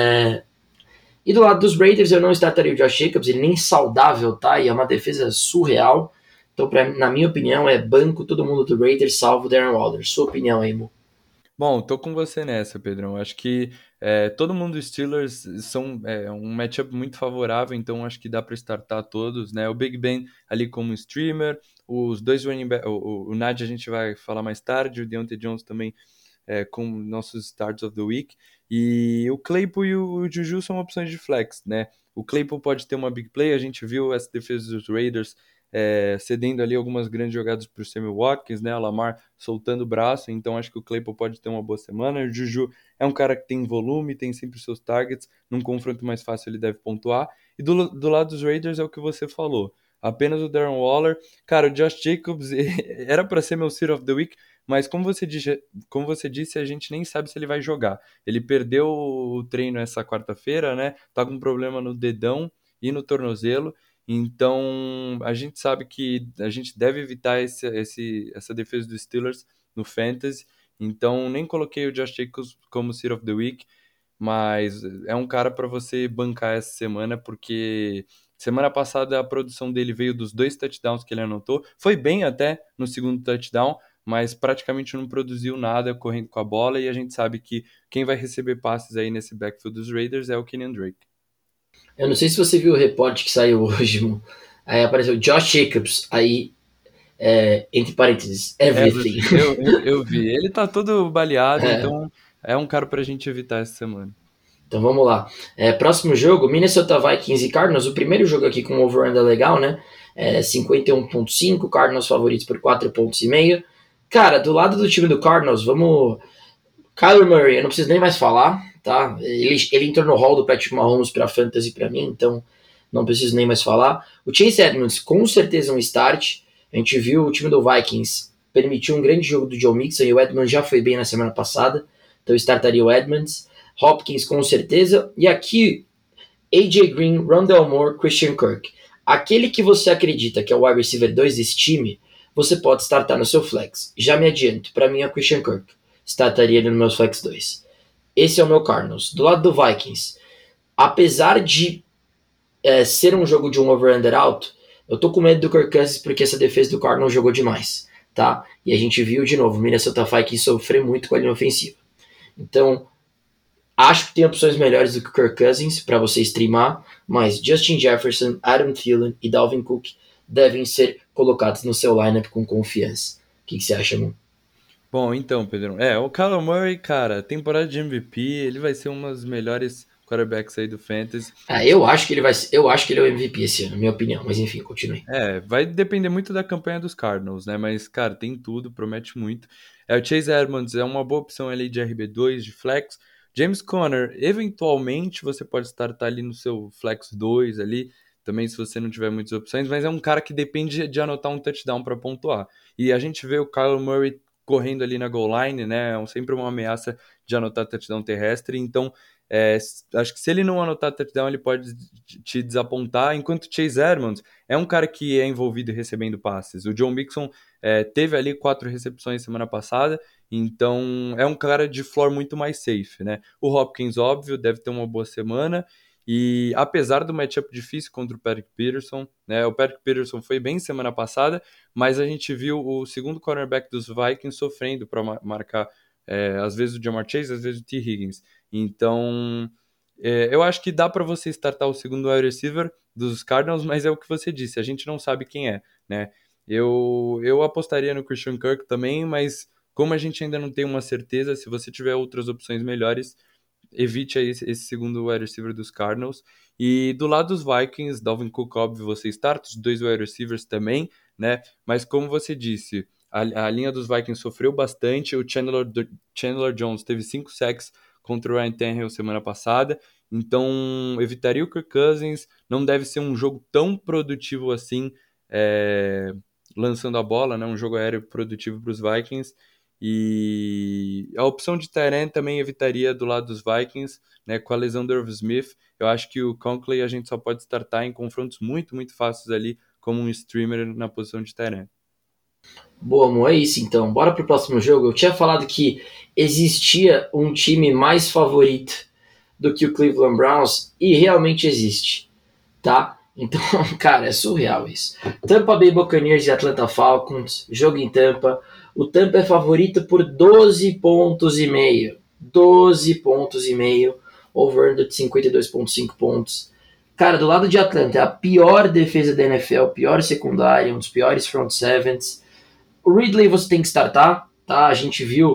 E do lado dos Raiders, eu não startaria o Josh Jacobs, ele nem saudável tá, e é uma defesa surreal. Então, na minha opinião, é banco todo mundo do Raiders, salvo o Darren Waller. Sua opinião aí, Mo? Bom, tô com você nessa, Pedrão. Acho que todo mundo dos Steelers são um matchup muito favorável, então acho que dá para startar todos, né? O Big Ben ali como streamer, os dois running back, o Najee a gente vai falar mais tarde, o Deontay Jones também com nossos starts of the week. E o Claypool e o Juju são opções de flex, né? O Claypool pode ter uma big play, a gente viu essa defesa dos Raiders cedendo ali algumas grandes jogadas para o Sammy Watkins, né? O Lamar soltando o braço, então acho que o Claypool pode ter uma boa semana. O Juju é um cara que tem volume, tem sempre os seus targets, num confronto mais fácil ele deve pontuar. E do lado dos Raiders é o que você falou. Apenas o Darren Waller. Cara, o Josh Jacobs era para ser meu Seed of the Week, mas como você disse, a gente nem sabe se ele vai jogar. Ele perdeu o treino essa quarta-feira, né? Tá com um problema no dedão e no tornozelo. Então, a gente sabe que a gente deve evitar essa defesa dos Steelers no Fantasy. Então, nem coloquei o Josh Jacobs como Seed of the Week, mas é um cara para você bancar essa semana, porque semana passada a produção dele veio dos 2 touchdowns que ele anotou. Foi bem até no segundo touchdown, mas praticamente não produziu nada correndo com a bola, e a gente sabe que quem vai receber passes aí nesse backfield dos Raiders é o Kenyan Drake. Eu não sei se você viu o reporte que saiu hoje, Mo. Aí apareceu Josh Jacobs, aí, entre parênteses, everything. Everything. Eu vi. Ele tá todo baleado, então é um cara pra gente evitar essa semana. Então vamos lá. Próximo jogo, Minnesota Vikings e Cardinals. O primeiro jogo aqui com over-under legal, né? 51.5, Cardinals favoritos por 4,5 pontos. Cara, do lado do time do Cardinals, vamos... Kyler Murray, eu não preciso nem mais falar, tá? Ele entrou no hall do Patrick Mahomes para fantasy para mim, então não preciso nem mais falar. O Chase Edmonds, com certeza um start. A gente viu o time do Vikings permitir um grande jogo do Joe Mixon e o Edmonds já foi bem na semana passada, então eu startaria o Edmonds. Hopkins com certeza. E aqui, AJ Green, Rondell Moore, Christian Kirk. Aquele que você acredita que é o wide receiver 2 desse time, você pode startar no seu flex. Já me adianto, para mim é o Christian Kirk. Startaria ele no meu flex 2. Esse é o meu Cardinals. Do lado do Vikings, apesar de ser um jogo de um over-under alto, eu tô com medo do Kirk Cousins porque essa defesa do Cardinals jogou demais, tá? E a gente viu de novo o Minnesota Vikings sofrer muito com a linha ofensiva. Então, acho que tem opções melhores do que o Kirk Cousins para você streamar, mas Justin Jefferson, Adam Thielen e Dalvin Cook devem ser colocados no seu lineup com confiança. O que você acha, mano? Bom, então, Pedrão, o Kyler Murray, cara, temporada de MVP, ele vai ser uma das melhores quarterbacks aí do Fantasy. Eu acho que ele vai, eu acho que ele é o MVP esse ano, na minha opinião, mas enfim, continue. Vai depender muito da campanha dos Cardinals, né? Mas, cara, tem tudo, promete muito. O Chase Edmonds é uma boa opção ali de RB2, de flex. James Conner, eventualmente você pode startar ali no seu flex 2 ali, também se você não tiver muitas opções, mas é um cara que depende de anotar um touchdown para pontuar. E a gente vê o Kyler Murray correndo ali na goal line, né? Sempre uma ameaça de anotar touchdown terrestre, então acho que se ele não anotar touchdown, ele pode te desapontar, enquanto Chase Edmonds é um cara que é envolvido recebendo passes. O John Mixon teve ali 4 recepções semana passada, então é um cara de floor muito mais safe, né? O Hopkins, óbvio, deve ter uma boa semana, e apesar do matchup difícil contra o Patrick Peterson, né? O Patrick Peterson foi bem semana passada, mas a gente viu o segundo cornerback dos Vikings sofrendo para marcar, às vezes o Jamar Chase, às vezes o T. Higgins. Então, eu acho que dá para você startar o segundo wide receiver dos Cardinals, mas é o que você disse, a gente não sabe quem é, né? Eu apostaria no Christian Kirk também, mas como a gente ainda não tem uma certeza, se você tiver outras opções melhores, evite aí esse segundo wide receiver dos Cardinals. E do lado dos Vikings, Dalvin Cook, óbvio, você starta, os dois wide receivers também, né? Mas como você disse, a linha dos Vikings sofreu bastante, o Chandler Jones teve 5 sacks contra o Ryan Tannehill semana passada, então evitaria o Kirk Cousins, não deve ser um jogo tão produtivo assim, lançando a bola, né? Um jogo aéreo produtivo para os Vikings, e a opção de tight end também evitaria do lado dos Vikings, né? Com a lesão do Irv Smith, eu acho que o Conklin a gente só pode startar em confrontos muito, muito fáceis ali, como um streamer na posição de tight end. Boa, amor, é isso então. Bora pro próximo jogo. Eu tinha falado que existia um time mais favorito do que o Cleveland Browns e realmente existe, tá? Então, cara, é surreal isso. Tampa Bay Buccaneers e Atlanta Falcons, jogo em Tampa. O Tampa é favorito por 12 pontos e meio. 12 pontos e meio, over-under de 52,5 pontos. Cara, do lado de Atlanta, é a pior defesa da NFL, pior secundária, um dos piores front sevens. O Ridley você tem que startar, tá? A gente viu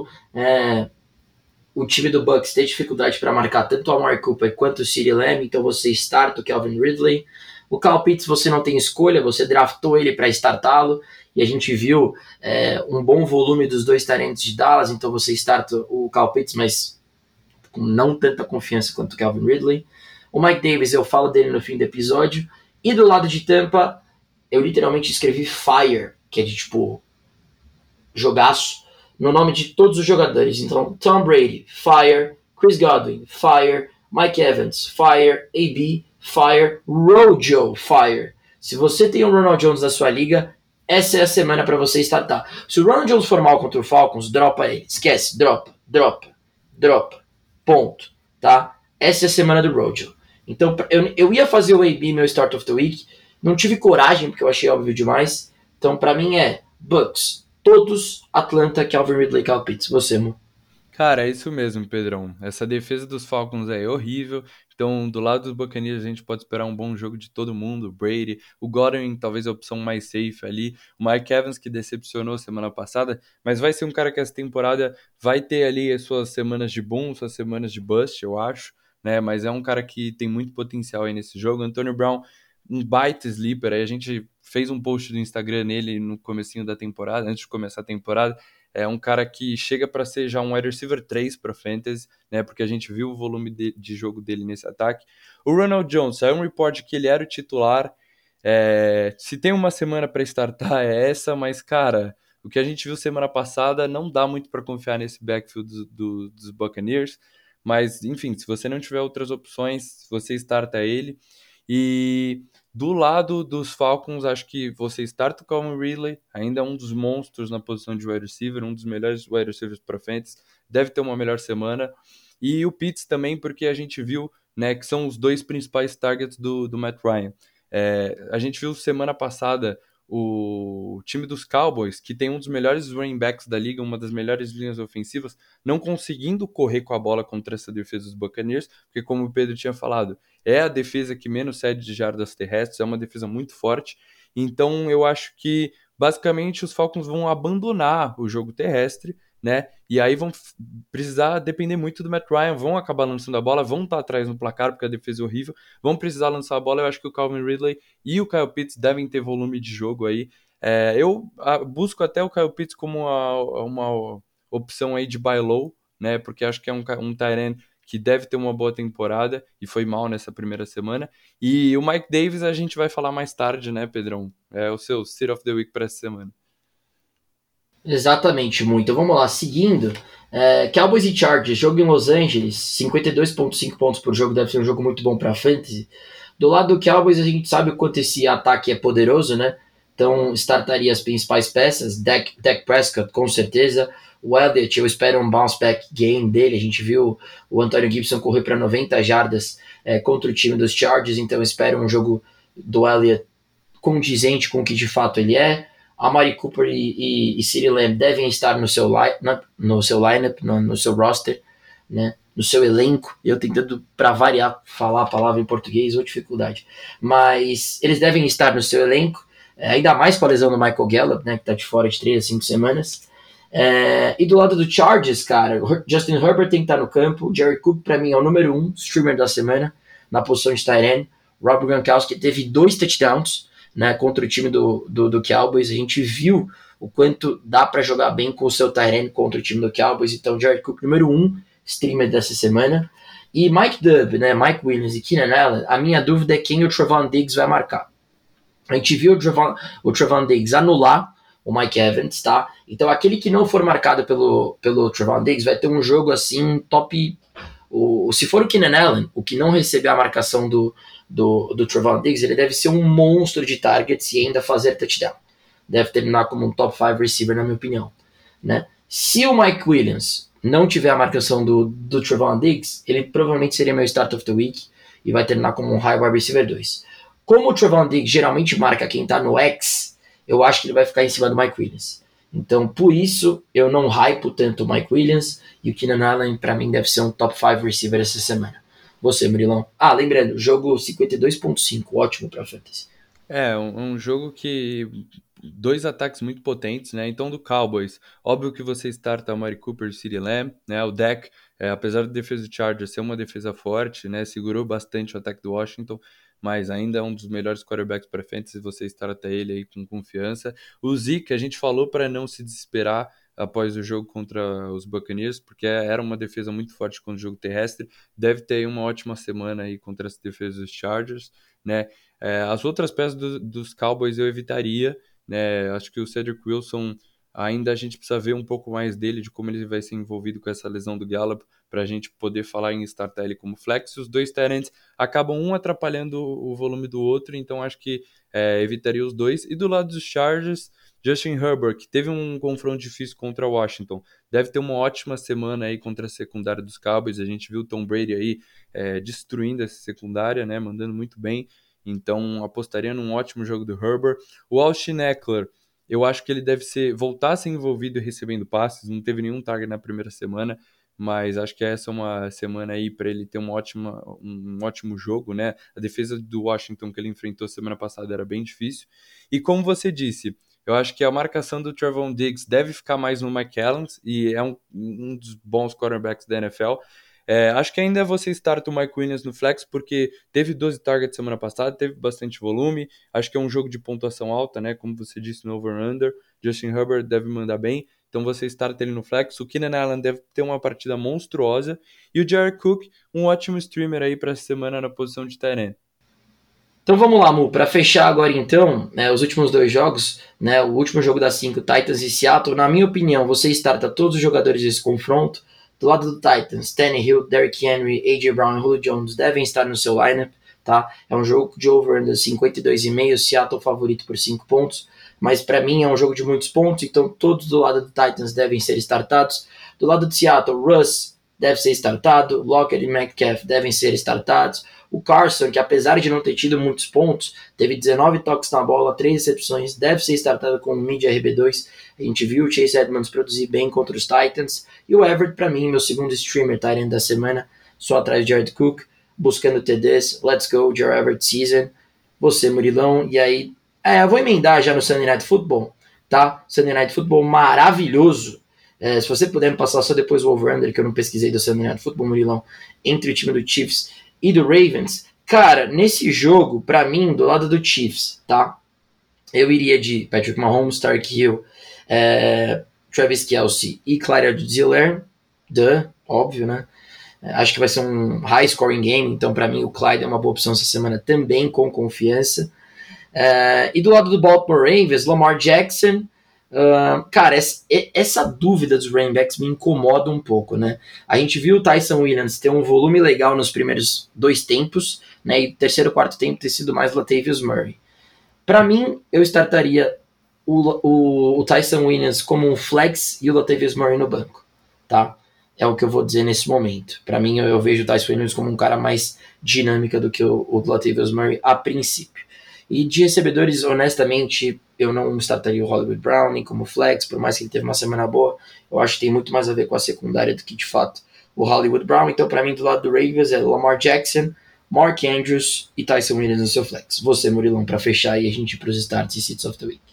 o time do Bucks ter dificuldade para marcar tanto o Amari Cooper quanto o CeeDee Lamb, então você starta o Calvin Ridley. O Kyle Pitts você não tem escolha, você draftou ele para startá-lo, e a gente viu um bom volume dos dois talentos de Dallas, então você starta o Kyle Pitts, mas com não tanta confiança quanto o Calvin Ridley. O Mike Davis, eu falo dele no fim do episódio. E do lado de Tampa, eu literalmente escrevi Fire, que é de tipo jogaço, no nome de todos os jogadores. Então, Tom Brady, Fire, Chris Godwin, Fire, Mike Evans, Fire, AB, Fire, Rojo, Fire. Se você tem o Ronald Jones na sua liga, essa é a semana para você startar. Se o Ronald Jones for mal contra o Falcons, dropa ele. Esquece, dropa. Ponto. Tá? Essa é a semana do Rojo. Então, eu ia fazer o AB, meu Start of the Week. Não tive coragem, porque eu achei óbvio demais. Então, para mim é Bucks, todos Atlanta, Calvin Ridley, Kyle Pitts. Você, mo. Cara, é isso mesmo, Pedrão. Essa defesa dos Falcons é horrível. Então, do lado dos Buccaneers, a gente pode esperar um bom jogo de todo mundo. Brady, o Godwin, talvez a opção mais safe ali. O Mike Evans, que decepcionou semana passada, mas vai ser um cara que essa temporada vai ter ali as suas semanas de boom, suas semanas de bust, eu acho, né? Mas é um cara que tem muito potencial aí nesse jogo. Antonio Brown, um baita sleeper. Aí a gente fez um post do Instagram nele no comecinho da temporada, antes de começar a temporada. É um cara que chega para ser já um wide receiver 3 para fantasy, né? Porque a gente viu o volume de jogo dele nesse ataque. O Ronald Jones, saiu um report que ele era o titular. Se tem uma semana para startar é essa, mas cara, o que a gente viu semana passada não dá muito para confiar nesse backfield dos Buccaneers. Mas enfim, se você não tiver outras opções, você starta ele. E do lado dos Falcons, acho que você starta o Calvin Ridley, ainda é um dos monstros na posição de wide receiver, um dos melhores wide receivers para frente, deve ter uma melhor semana. E o Pitts também, porque a gente viu, né, que são os dois principais targets do Matt Ryan. A gente viu semana passada o time dos Cowboys, que tem um dos melhores running backs da liga, uma das melhores linhas ofensivas, não conseguindo correr com a bola contra essa defesa dos Buccaneers, porque como o Pedro tinha falado, é a defesa que menos cede de jardas terrestres, é uma defesa muito forte. Então eu acho que basicamente os Falcons vão abandonar o jogo terrestre, né? E aí vão precisar depender muito do Matt Ryan, vão acabar lançando a bola, vão estar atrás no placar porque a defesa é horrível, vão precisar lançar a bola. Eu acho que o Calvin Ridley e o Kyle Pitts devem ter volume de jogo aí. Eu busco até o Kyle Pitts como uma opção aí de buy low, né? Porque acho que é um tight end que deve ter uma boa temporada e foi mal nessa primeira semana. E o Mike Davis a gente vai falar mais tarde, né, Pedrão? É o seu Sit of the Week para essa semana. Exatamente, muito. Então vamos lá, seguindo. Cowboys e Chargers, jogo em Los Angeles, 52,5 pontos por jogo, deve ser um jogo muito bom para fantasy. Do lado do Cowboys, a gente sabe o quanto esse ataque é poderoso, né? Então, startaria as principais peças, Dak Prescott, com certeza. O Elliott, eu espero um bounce back game dele. A gente viu o Antonio Gibson correr para 90 jardas contra o time dos Chargers, então eu espero um jogo do Elliott condizente com o que de fato ele é. A Amari Cooper e CeeDee Lamb devem estar no seu lineup, no seu roster, né? No seu elenco. Eu tentando, para variar, falar a palavra em português ou dificuldade. Mas eles devem estar no seu elenco, ainda mais com a lesão do Michael Gallup, né? Que está de fora de 3 a 5 semanas. E do lado do Chargers, cara, Justin Herbert tem que estar no campo. Jared Cook, para mim, é o número 1 streamer da semana, na posição de tight end. Rob Gronkowski teve 2 touchdowns, né, contra o time do Cowboys. A gente viu o quanto dá para jogar bem com o seu tight end contra o time do Cowboys. Então, Jared Cook, número 1 streamer dessa semana. E Mike Dubb, né, Mike Williams e Keenan Allen, a minha dúvida é quem o Trevon Diggs vai marcar. A gente viu o Trevon Diggs anular o Mike Evans, tá? Então, aquele que não for marcado pelo Trevon Diggs vai ter um jogo assim, top. Se for o Keenan Allen, o que não receber a marcação do Trevon Diggs, ele deve ser um monstro de targets e ainda fazer touchdown. Deve terminar como um top 5 receiver, na minha opinião, né? Se o Mike Williams não tiver a marcação do Trevon Diggs, ele provavelmente seria meu start of the week e vai terminar como um high wide receiver 2. Como o Trevon Diggs geralmente marca quem tá no X, eu acho que ele vai ficar em cima do Mike Williams. Então, por isso, eu não hypo tanto o Mike Williams, e o Keenan Allen, para mim, deve ser um top 5 receiver essa semana. Você, Murilão. Lembrando, jogo 52.5, ótimo para fantasy. Um jogo que 2 ataques muito potentes, né? Então, do Cowboys, óbvio que você starta o Amari Cooper e CeeDee Lamb, né? O Dak, apesar da defesa do Chargers ser uma defesa forte, né? Segurou bastante o ataque do Washington, mas ainda é um dos melhores quarterbacks para fantasy, você starta ele aí com confiança. O Zeke, a gente falou para não se desesperar após o jogo contra os Buccaneers, porque era uma defesa muito forte contra o jogo terrestre, deve ter uma ótima semana aí contra essa defesa dos Chargers, né? As outras peças dos Cowboys eu evitaria, né? Acho que o Cedric Wilson ainda a gente precisa ver um pouco mais dele, de como ele vai ser envolvido com essa lesão do Gallup, para a gente poder falar em startar ele como flex. Os dois tight ends acabam um atrapalhando o volume do outro, então acho que evitaria os dois. E do lado dos Chargers, Justin Herbert, que teve um confronto difícil contra o Washington, deve ter uma ótima semana aí contra a secundária dos Cowboys. A gente viu o Tom Brady aí destruindo essa secundária, né? Mandando muito bem. Então, apostaria num ótimo jogo do Herbert. O Austin Eckler, eu acho que ele deve voltar a ser envolvido recebendo passes. Não teve nenhum target na primeira semana, mas acho que essa é uma semana aí para ele ter um ótimo jogo, né? A defesa do Washington que ele enfrentou semana passada era bem difícil. E como você disse, eu acho que a marcação do Trevon Diggs deve ficar mais no Mike Evans, e é um dos bons quarterbacks da NFL. Acho que ainda você starta o Mike Williams no flex, porque teve 12 targets semana passada, teve bastante volume. Acho que é um jogo de pontuação alta, né? Como você disse no over-under. Justin Herbert deve mandar bem, então você starta ele no flex. O Keenan Allen deve ter uma partida monstruosa. E o Jared Cook, um ótimo streamer aí para essa semana na posição de tight end. Então vamos lá, Mu, para fechar agora então, né, os últimos 2 jogos, né, o último jogo das 5, Titans e Seattle, na minha opinião, você starta todos os jogadores desse confronto. Do lado do Titans, Tannehill, Derrick Henry, A.J. Brown e Julio Jones devem estar no seu lineup, tá? É um jogo de over-under 52,5, Seattle favorito por 5 pontos, mas para mim é um jogo de muitos pontos, então todos do lado do Titans devem ser startados. Do lado de Seattle, Russ deve ser startado, Lockett e Metcalf devem ser startados. O Carson, que apesar de não ter tido muitos pontos, teve 19 toques na bola, 3 recepções, deve ser startado com o mid RB2. A gente viu o Chase Edmonds produzir bem contra os Titans. E o Everett, para mim, meu segundo streamer tight end da semana, só atrás de Jared Cook, buscando TDs. Let's go, Jared Everett season. Você, Murilão. E aí, eu vou emendar já no Sunday Night Football, tá? Sunday Night Football maravilhoso. Se você puder me passar só depois o over-under, que eu não pesquisei do Sunday Night Football, Murilão, entre o time do Chiefs e do Ravens. Cara, nesse jogo, pra mim, do lado do Chiefs, tá? Eu iria de Patrick Mahomes, Tark Hill, Travis Kelce e Clyde Edwards-Helaire. Óbvio, né? Acho que vai ser um high scoring game, então para mim o Clyde é uma boa opção essa semana também, com confiança. E do lado do Baltimore Ravens, Lamar Jackson. Cara, essa dúvida dos running backs me incomoda um pouco, né? A gente viu o Tyson Williams ter um volume legal nos primeiros 2 tempos, né? E terceiro e quarto tempo ter sido mais Latavius Murray. Para mim, eu startaria o Tyson Williams como um flex e o Latavius Murray no banco, tá? É o que eu vou dizer nesse momento. Para mim, eu vejo o Tyson Williams como um cara mais dinâmica do que o Latavius Murray a princípio. E de recebedores, honestamente, eu não startaria o Hollywood Brown nem como flex, por mais que ele teve uma semana boa. Eu acho que tem muito mais a ver com a secundária do que, de fato, o Hollywood Brown. Então, para mim, do lado do Ravens é Lamar Jackson, Mark Andrews e Tyson Williams no seu flex. Você, Murilão, para fechar e a gente ir para os starts e sits of the week.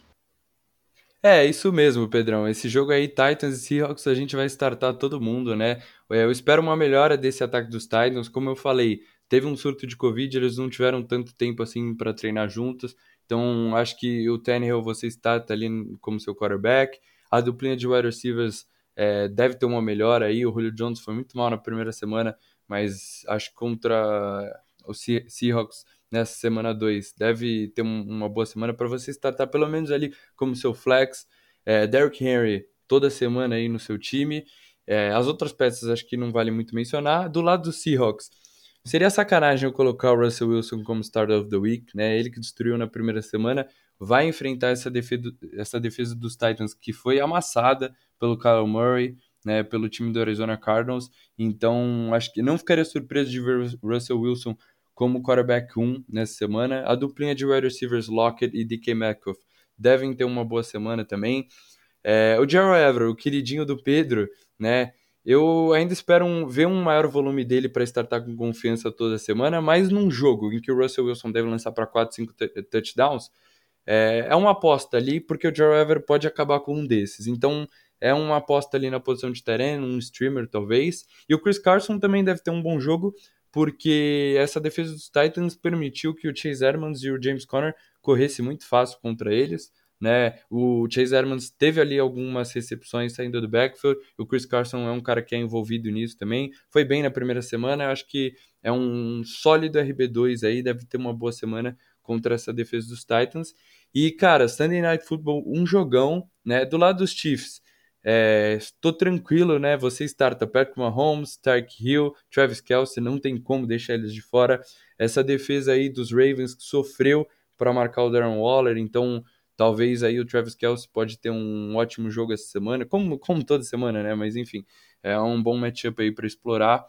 É, isso mesmo, Pedrão. Esse jogo aí, Titans e Seahawks, a gente vai startar todo mundo, né? Eu espero uma melhora desse ataque dos Titans. Como eu falei, teve um surto de Covid, eles não tiveram tanto tempo assim para treinar juntos. Então, acho que o Tannehill você starta ali como seu quarterback. A duplinha de wide receivers deve ter uma melhora aí. O Julio Jones foi muito mal na primeira semana, mas acho que contra o Seahawks nessa semana 2 deve ter uma boa semana para você startar pelo menos ali como seu flex. Derrick Henry toda semana aí no seu time. As outras peças acho que não vale muito mencionar. Do lado do Seahawks, seria sacanagem eu colocar o Russell Wilson como Starter of the Week, né? Ele que destruiu na primeira semana, vai enfrentar essa defesa dos Titans que foi amassada pelo Kyle Murray, né? Pelo time do Arizona Cardinals. Então, acho que não ficaria surpreso de ver o Russell Wilson como quarterback 1 nessa semana. A duplinha de wide receivers Lockett e DK Metcalf devem ter uma boa semana também. O Gerald Everett, o queridinho do Pedro, né? Eu ainda espero ver um maior volume dele para startar com confiança toda semana, mas num jogo em que o Russell Wilson deve lançar para 4, 5 touchdowns, é uma aposta ali, porque o Gerald Everett pode acabar com um desses. Então, é uma aposta ali na posição de terreno, um streamer talvez. E o Chris Carson também deve ter um bom jogo, porque essa defesa dos Titans permitiu que o Chase Edmonds e o James Conner corressem muito fácil contra eles, né? O Chase Edmonds teve ali algumas recepções saindo do backfield, o Chris Carson é um cara que é envolvido nisso também, foi bem na primeira semana, eu acho que é um sólido RB2 aí, deve ter uma boa semana contra essa defesa dos Titans. E, cara, Sunday Night Football, um jogão, né? Do lado dos Chiefs, estou tranquilo, né? Você starta Patrick Mahomes, Tyreek Hill, Travis Kelce, não tem como deixar eles de fora. Essa defesa aí dos Ravens que sofreu para marcar o Darren Waller, então talvez aí o Travis Kelce pode ter um ótimo jogo essa semana, como toda semana, né? Mas enfim, é um bom matchup aí para explorar.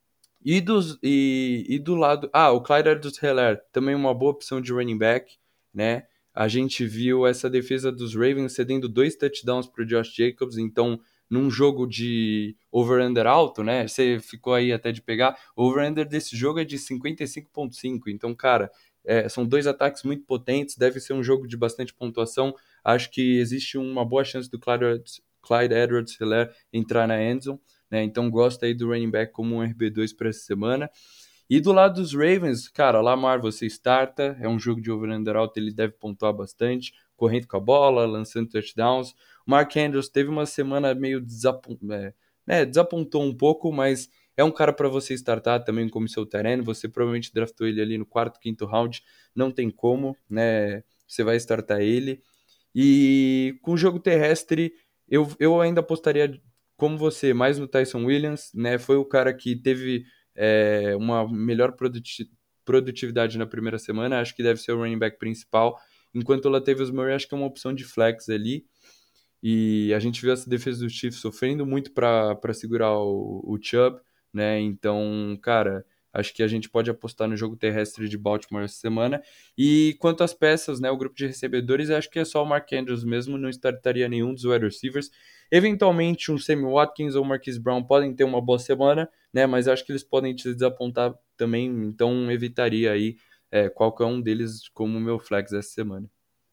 E do lado. O Clyde Edwards-Helaire, também uma boa opção de running back, né? A gente viu essa defesa dos Ravens cedendo 2 touchdowns para o Josh Jacobs, então num jogo de over-under alto, né? Você ficou aí até de pegar. O over-under desse jogo é de 55,5. Então, cara, são 2 ataques muito potentes, deve ser um jogo de bastante pontuação. Acho que existe uma boa chance do Clyde Edwards-Helaire entrar na endzone, né? Então gosta aí do running back como um RB2 para essa semana. E do lado dos Ravens, cara, Lamar você starta, é um jogo de over-under alto, ele deve pontuar bastante, correndo com a bola, lançando touchdowns. O Mark Andrews teve uma semana meio desapontou um pouco, mas é um cara para você startar também como seu terreno, você provavelmente draftou ele ali no quarto, quinto round, não tem como, né? Você vai startar ele. E com o jogo terrestre, eu ainda apostaria, como você, mais no Tyson Williams, né? Foi o cara que teve uma melhor produtividade na primeira semana, acho que deve ser o running back principal, enquanto o Latavius Murray acho que é uma opção de flex ali. E a gente viu essa defesa dos Chiefs sofrendo muito para segurar o Chubb, né? Então, cara, acho que a gente pode apostar no jogo terrestre de Baltimore essa semana. E quanto às peças, né? O grupo de recebedores, acho que é só o Mark Andrews mesmo, não startaria nenhum dos wide receivers. Eventualmente, um Sammy Watkins ou Marquise Brown podem ter uma boa semana, né? Mas acho que eles podem te desapontar também, então evitaria aí qualquer um deles como meu flex essa semana.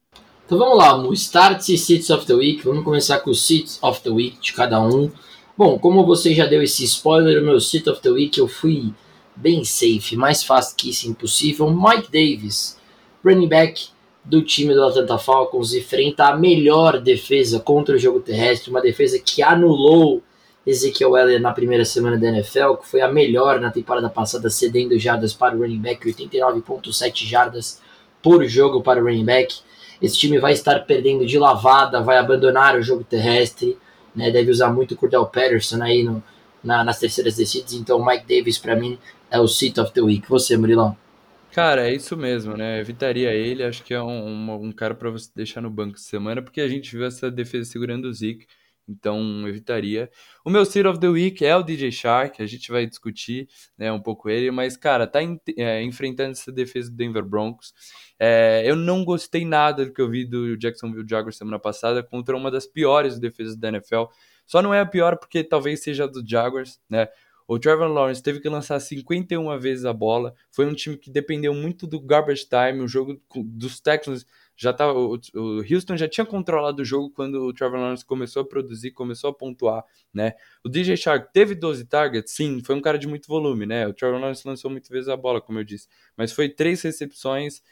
Então vamos lá, o Starts e Sits of the Week. Vamos começar com os Sits of the Week de cada um. Bom, como você já deu esse spoiler, o meu Sit of the Week eu fui bem safe, mais fácil que isso impossível. Mike Davis, running back do time do Atlanta Falcons, enfrenta a melhor defesa contra o jogo terrestre, uma defesa que anulou Ezekiel Elliott na primeira semana da NFL, que foi a melhor na temporada passada, cedendo jardas para o running back, 89,7 jardas por jogo para o running back. Esse time vai estar perdendo de lavada, vai abandonar o jogo terrestre, né, deve usar muito o Cordell Patterson aí nas terceiras descidas, então Mike Davis para mim é o Sit of the Week. Você, Murilão? Cara, é isso mesmo, né? Evitaria ele, acho que é um cara para você deixar no banco de semana, porque a gente viu essa defesa segurando o Zeke, então evitaria. O meu Sit of the Week é o DJ Shark, a gente vai discutir, né, um pouco ele, mas, cara, tá enfrentando essa defesa do Denver Broncos. Eu não gostei nada do que eu vi do Jacksonville Jaguars semana passada contra uma das piores defesas da NFL. Só não é a pior porque talvez seja a do Jaguars, né? O Trevor Lawrence teve que lançar 51 vezes a bola. Foi um time que dependeu muito do garbage time. O jogo dos Texans já tava. O Houston já tinha controlado o jogo quando o Trevor Lawrence começou a produzir, começou a pontuar, né? O DJ Shark teve 12 targets, sim, foi um cara de muito volume, né? O Trevor Lawrence lançou muitas vezes a bola, como eu disse, mas foi 3 recepções.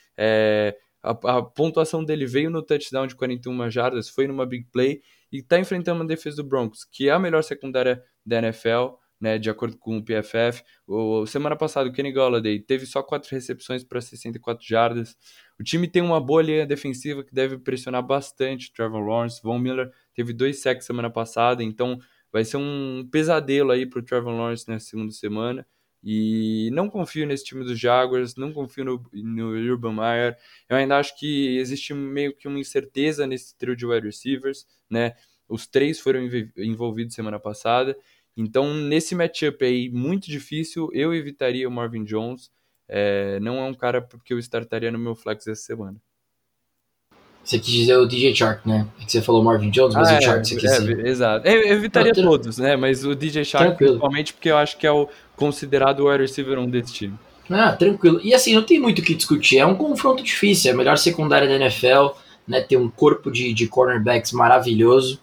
A pontuação dele veio no touchdown de 41 jardas, foi numa big play e tá enfrentando uma defesa do Broncos, que é a melhor secundária da NFL, né, de acordo com o PFF. Semana passada o Kenny Golladay teve só 4 recepções para 64 jardas. O time tem uma boa linha defensiva que deve pressionar bastante o Trevor Lawrence. Von Miller teve 2 sacks semana passada, então vai ser um pesadelo aí para o Trevor Lawrence na segunda semana. E não confio nesse time dos Jaguars, não confio no Urban Meyer. Eu ainda acho que existe meio que uma incerteza nesse trio de wide receivers, né? Os 3 foram envolvidos semana passada. Então, nesse matchup aí muito difícil, eu evitaria o Marvin Jones. Não é um cara que eu startaria no meu flex essa semana. Você quis dizer o DJ Shark, né? É que você falou Marvin Jones, mas o Shark você quis dizer. Exato. Eu evitaria Não, todos, né? Mas o DJ Shark, tranquilo. principalmente, porque eu acho que é o considerado o wide receiver 1 desse time. Tranquilo. E assim, não tem muito o que discutir. É um confronto difícil. É a melhor secundária da NFL, né? Tem um corpo de cornerbacks maravilhoso.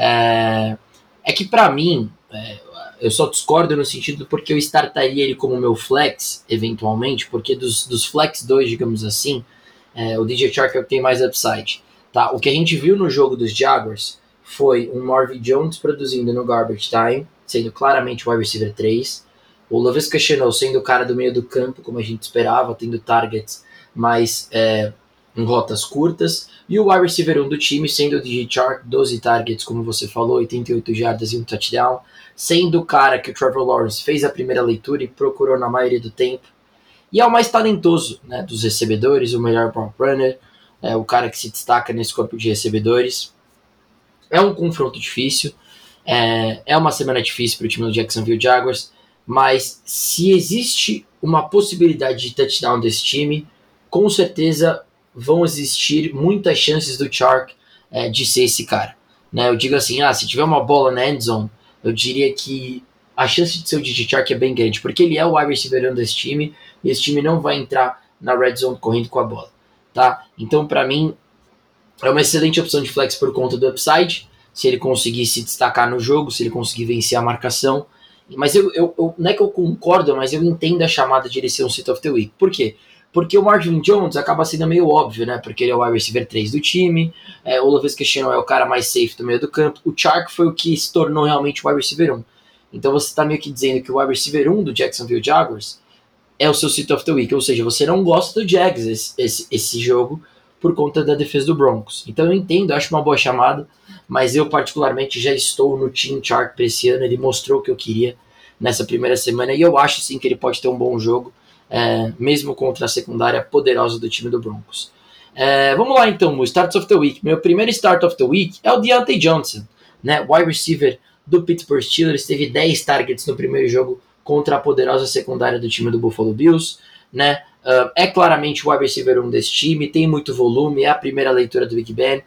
É que para mim, eu só discordo no sentido porque eu startaria ele como meu flex, eventualmente, porque dos flex 2, digamos assim, o DJ Chark é o que tem mais upside. Tá? O que a gente viu no jogo dos Jaguars foi um Marvin Jones produzindo no garbage time, sendo claramente o wide receiver 3. O Laviska Shenault sendo o cara do meio do campo, como a gente esperava, tendo targets mais em rotas curtas. E o wide receiver 1 do time sendo o DJ Chark, 12 targets, como você falou, 88 jardas e um touchdown. Sendo o cara que o Trevor Lawrence fez a primeira leitura e procurou na maioria do tempo. E é o mais talentoso, né, dos recebedores, o melhor ball runner, o cara que se destaca nesse corpo de recebedores. É um confronto difícil, é uma semana difícil para o time do Jacksonville Jaguars, mas se existe uma possibilidade de touchdown desse time, com certeza vão existir muitas chances do Chark de ser esse cara. Né? Eu digo assim, se tiver uma bola na end zone, eu diria que a chance de ser o DJ Chark é bem grande, porque ele é o wide receiver desse time, e esse time não vai entrar na red zone correndo com a bola. Tá? Então, para mim, é uma excelente opção de flex por conta do upside, se ele conseguir se destacar no jogo, se ele conseguir vencer a marcação. Mas eu não é que eu concordo, mas eu entendo a chamada de ele ser um sit of the week. Por quê? Porque o Marvin Jones acaba sendo meio óbvio, né? Porque ele é o wide receiver 3 do time, o Laviska Shenault é o cara mais safe do meio do campo, o Chark foi o que se tornou realmente o wide receiver 1. Então você está meio que dizendo que o wide receiver 1 do Jacksonville Jaguars é o seu sit of the week, ou seja, você não gosta do Jags esse jogo por conta da defesa do Broncos. Então eu entendo, acho uma boa chamada, mas eu particularmente já estou no Team Chark para esse ano, ele mostrou o que eu queria nessa primeira semana, e eu acho sim que ele pode ter um bom jogo, mesmo contra a secundária poderosa do time do Broncos. Vamos lá então, o Starts of the Week. Meu primeiro Start of the Week é o Deontay Johnson, né, wide receiver do Pittsburgh Steelers, teve 10 targets no primeiro jogo contra a poderosa secundária do time do Buffalo Bills, né? É claramente o wide receiver 1 desse time, tem muito volume, é a primeira leitura do Big Ben.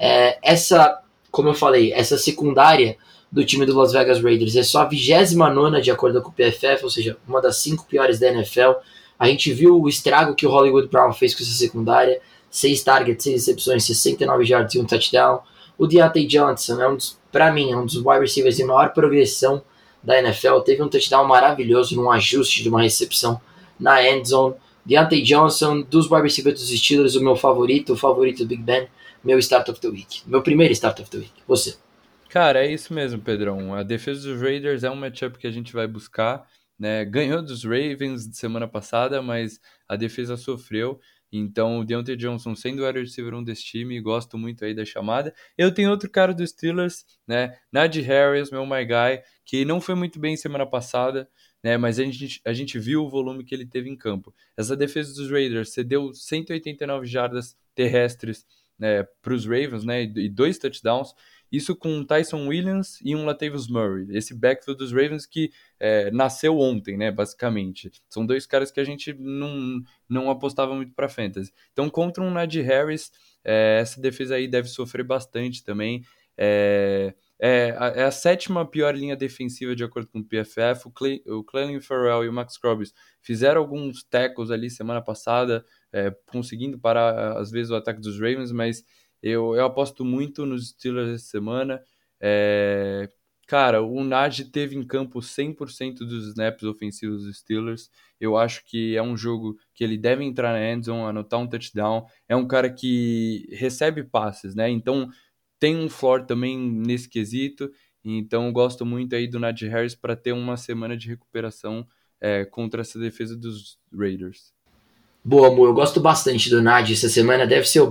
Como eu falei, essa secundária do time do Las Vegas Raiders é só a 29ª de acordo com o PFF, ou seja, uma das 5 piores da NFL. A gente viu o estrago que o Hollywood Brown fez com essa secundária, 6 targets, 6 recepções, 69 yards e um touchdown. O Deontay Johnson para mim, é um dos wide receivers de maior progressão da NFL. Teve um touchdown maravilhoso num ajuste de uma recepção na end zone. Deontay Johnson, dos wide receivers dos Steelers, o meu favorito, o favorito do Big Ben, meu start of the week. Meu primeiro start of the week. Você. Cara, é isso mesmo, Pedrão. A defesa dos Raiders é um matchup que a gente vai buscar, né? Ganhou dos Ravens de semana passada, mas a defesa sofreu. Então, o Deontay Johnson sendo o wide receiver 1 desse time, gosto muito aí da chamada. Eu tenho outro cara dos Steelers, né? Najee Harris, meu my guy, que não foi muito bem semana passada, né? Mas a gente viu o volume que ele teve em campo. Essa defesa dos Raiders cedeu 189 jardas terrestres, né, para os Ravens, né? E 2 touchdowns. Isso com Tyson Williams e um Latavius Murray. Esse backfield dos Ravens que nasceu ontem, né, basicamente. São dois caras que a gente não apostava muito para fantasy. Então, contra um Najee Harris, essa defesa aí deve sofrer bastante também. É a sétima pior linha defensiva de acordo com o PFF. O Clelin Ferrell e o Max Crosby fizeram alguns tackles ali semana passada, conseguindo parar às vezes o ataque dos Ravens, mas eu aposto muito nos Steelers essa semana. Cara, o Najee teve em campo 100% dos snaps ofensivos dos Steelers. Eu acho que é um jogo que ele deve entrar na endzone, anotar um touchdown. É um cara que recebe passes, né? Então tem um floor também nesse quesito. Então gosto muito aí do Najee Harris para ter uma semana de recuperação contra essa defesa dos Raiders. Boa, amor. Eu gosto bastante do Najee essa semana. Deve ser o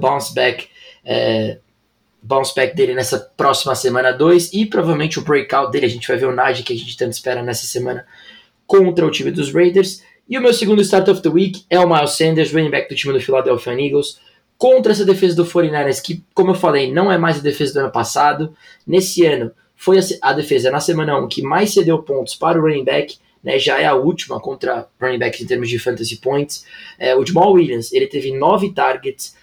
bounce back dele nessa próxima semana 2 e provavelmente o breakout dele. A gente vai ver o Najee que a gente tanto espera nessa semana contra o time dos Raiders. E o meu segundo start of the week é o Miles Sanders, running back do time do Philadelphia Eagles, contra essa defesa do 49ers, que, como eu falei, não é mais a defesa do ano passado. Nesse ano, foi a defesa na semana 1 que mais cedeu pontos para o running back, né, já é a última contra running backs em termos de fantasy points. O Jamal Williams, ele teve 9 targets,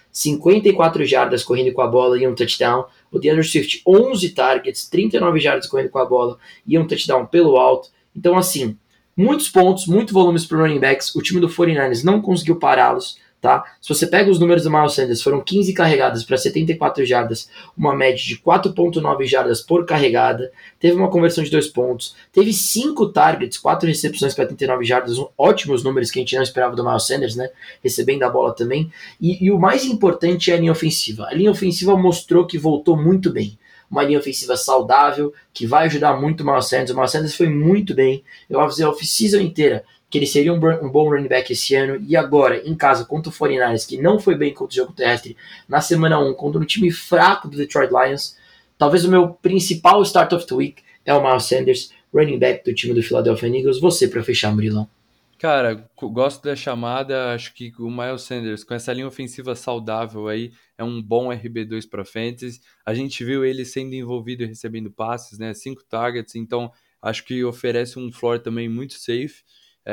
54 jardas correndo com a bola e um touchdown. O DeAndre Swift, 11 targets, 39 jardas correndo com a bola e um touchdown pelo alto. Então, assim, muitos pontos, muito volumes para running backs. O time do 49ers não conseguiu pará-los. Tá? Se você pega os números do Miles Sanders, foram 15 carregadas para 74 jardas, uma média de 4,9 jardas por carregada, teve uma conversão de 2 pontos, teve 5 targets, 4 recepções para 39 jardas, ótimos números que a gente não esperava do Miles Sanders, né? Recebendo a bola também. E o mais importante é a linha ofensiva. A linha ofensiva mostrou que voltou muito bem. Uma linha ofensiva saudável, que vai ajudar muito o Miles Sanders. O Miles Sanders foi muito bem. Eu avisei a off-season inteira que ele seria um bom running back esse ano, e agora, em casa, contra o 49ers, que não foi bem contra o jogo terrestre, na semana 1, contra um time fraco do Detroit Lions, talvez o meu principal start of the week é o Miles Sanders, running back do time do Philadelphia Eagles. Você para fechar, Murilão. Cara, gosto da chamada, acho que o Miles Sanders, com essa linha ofensiva saudável aí, é um bom RB2 para fantasy. A gente viu ele sendo envolvido e recebendo passes, né? 5 targets, então acho que oferece um floor também muito safe.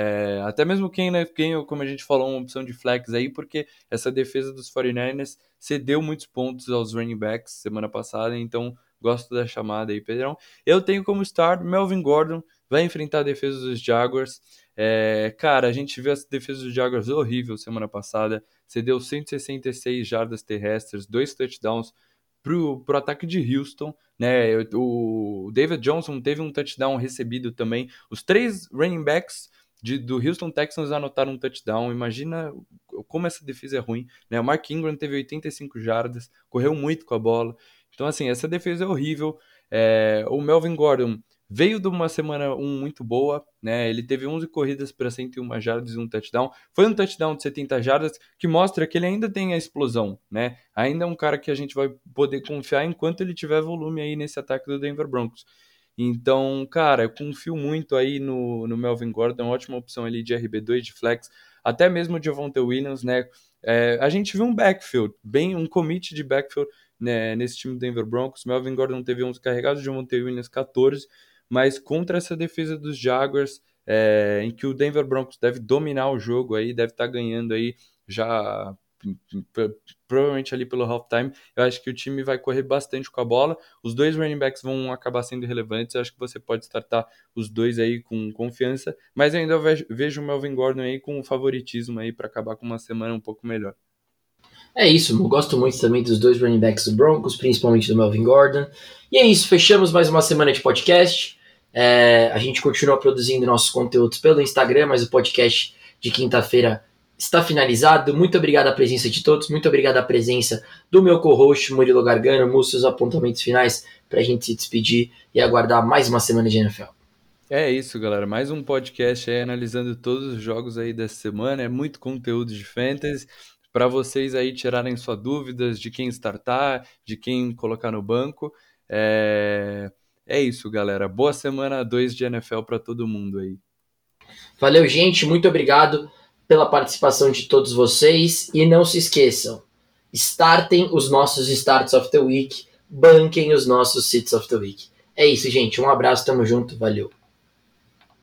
Até mesmo quem, como a gente falou, uma opção de flex aí, porque essa defesa dos 49ers cedeu muitos pontos aos running backs semana passada, então gosto da chamada aí, Pedrão. Eu tenho como start Melvin Gordon, vai enfrentar a defesa dos Jaguars. Cara, a gente viu essa defesa dos Jaguars horrível semana passada. Cedeu 166 jardas terrestres, 2 touchdowns pro ataque de Houston, né? O David Johnson teve um touchdown recebido também. Os 3 running backs do Houston Texans anotaram um touchdown. Imagina como essa defesa é ruim, né? O Mark Ingram teve 85 jardas, correu muito com a bola. Então, assim, essa defesa é horrível. O Melvin Gordon veio de uma semana 1 muito boa, né? Ele teve 11 corridas para 101 jardas e um touchdown. Foi um touchdown de 70 jardas que mostra que ele ainda tem a explosão, né? Ainda é um cara que a gente vai poder confiar enquanto ele tiver volume aí nesse ataque do Denver Broncos. Então, cara, eu confio muito aí no Melvin Gordon, ótima opção ali de RB2, de flex, até mesmo o Javonte Williams, né? A gente viu um backfield, um commit de backfield, né, nesse time do Denver Broncos. Melvin Gordon teve 11 carregados, Javonte Williams 14, mas contra essa defesa dos Jaguars, em que o Denver Broncos deve dominar o jogo aí, deve estar ganhando aí já provavelmente ali pelo halftime, eu acho que o time vai correr bastante com a bola, os 2 running backs vão acabar sendo relevantes, eu acho que você pode startar os 2 aí com confiança, mas ainda vejo o Melvin Gordon aí com favoritismo aí para acabar com uma semana um pouco melhor. É isso, eu gosto muito também dos dois running backs do Broncos, principalmente do Melvin Gordon. E é isso, fechamos mais uma semana de podcast. A gente continua produzindo nossos conteúdos pelo Instagram, mas o podcast de quinta-feira está finalizado. Muito obrigado à presença de todos, muito obrigado à presença do meu co-host, Murilo Gargano. Musse os apontamentos finais para a gente se despedir e aguardar mais uma semana de NFL. É isso, galera. Mais um podcast aí analisando todos os jogos aí dessa semana. É muito conteúdo de fantasy para vocês aí tirarem suas dúvidas de quem startar, de quem colocar no banco. É isso, galera. Boa semana 2 de NFL para todo mundo aí. Valeu, gente. Muito obrigado pela participação de todos vocês. E não se esqueçam, startem os nossos Starts of the Week, banquem os nossos Sits of the Week. É isso, gente. Um abraço, tamo junto, valeu.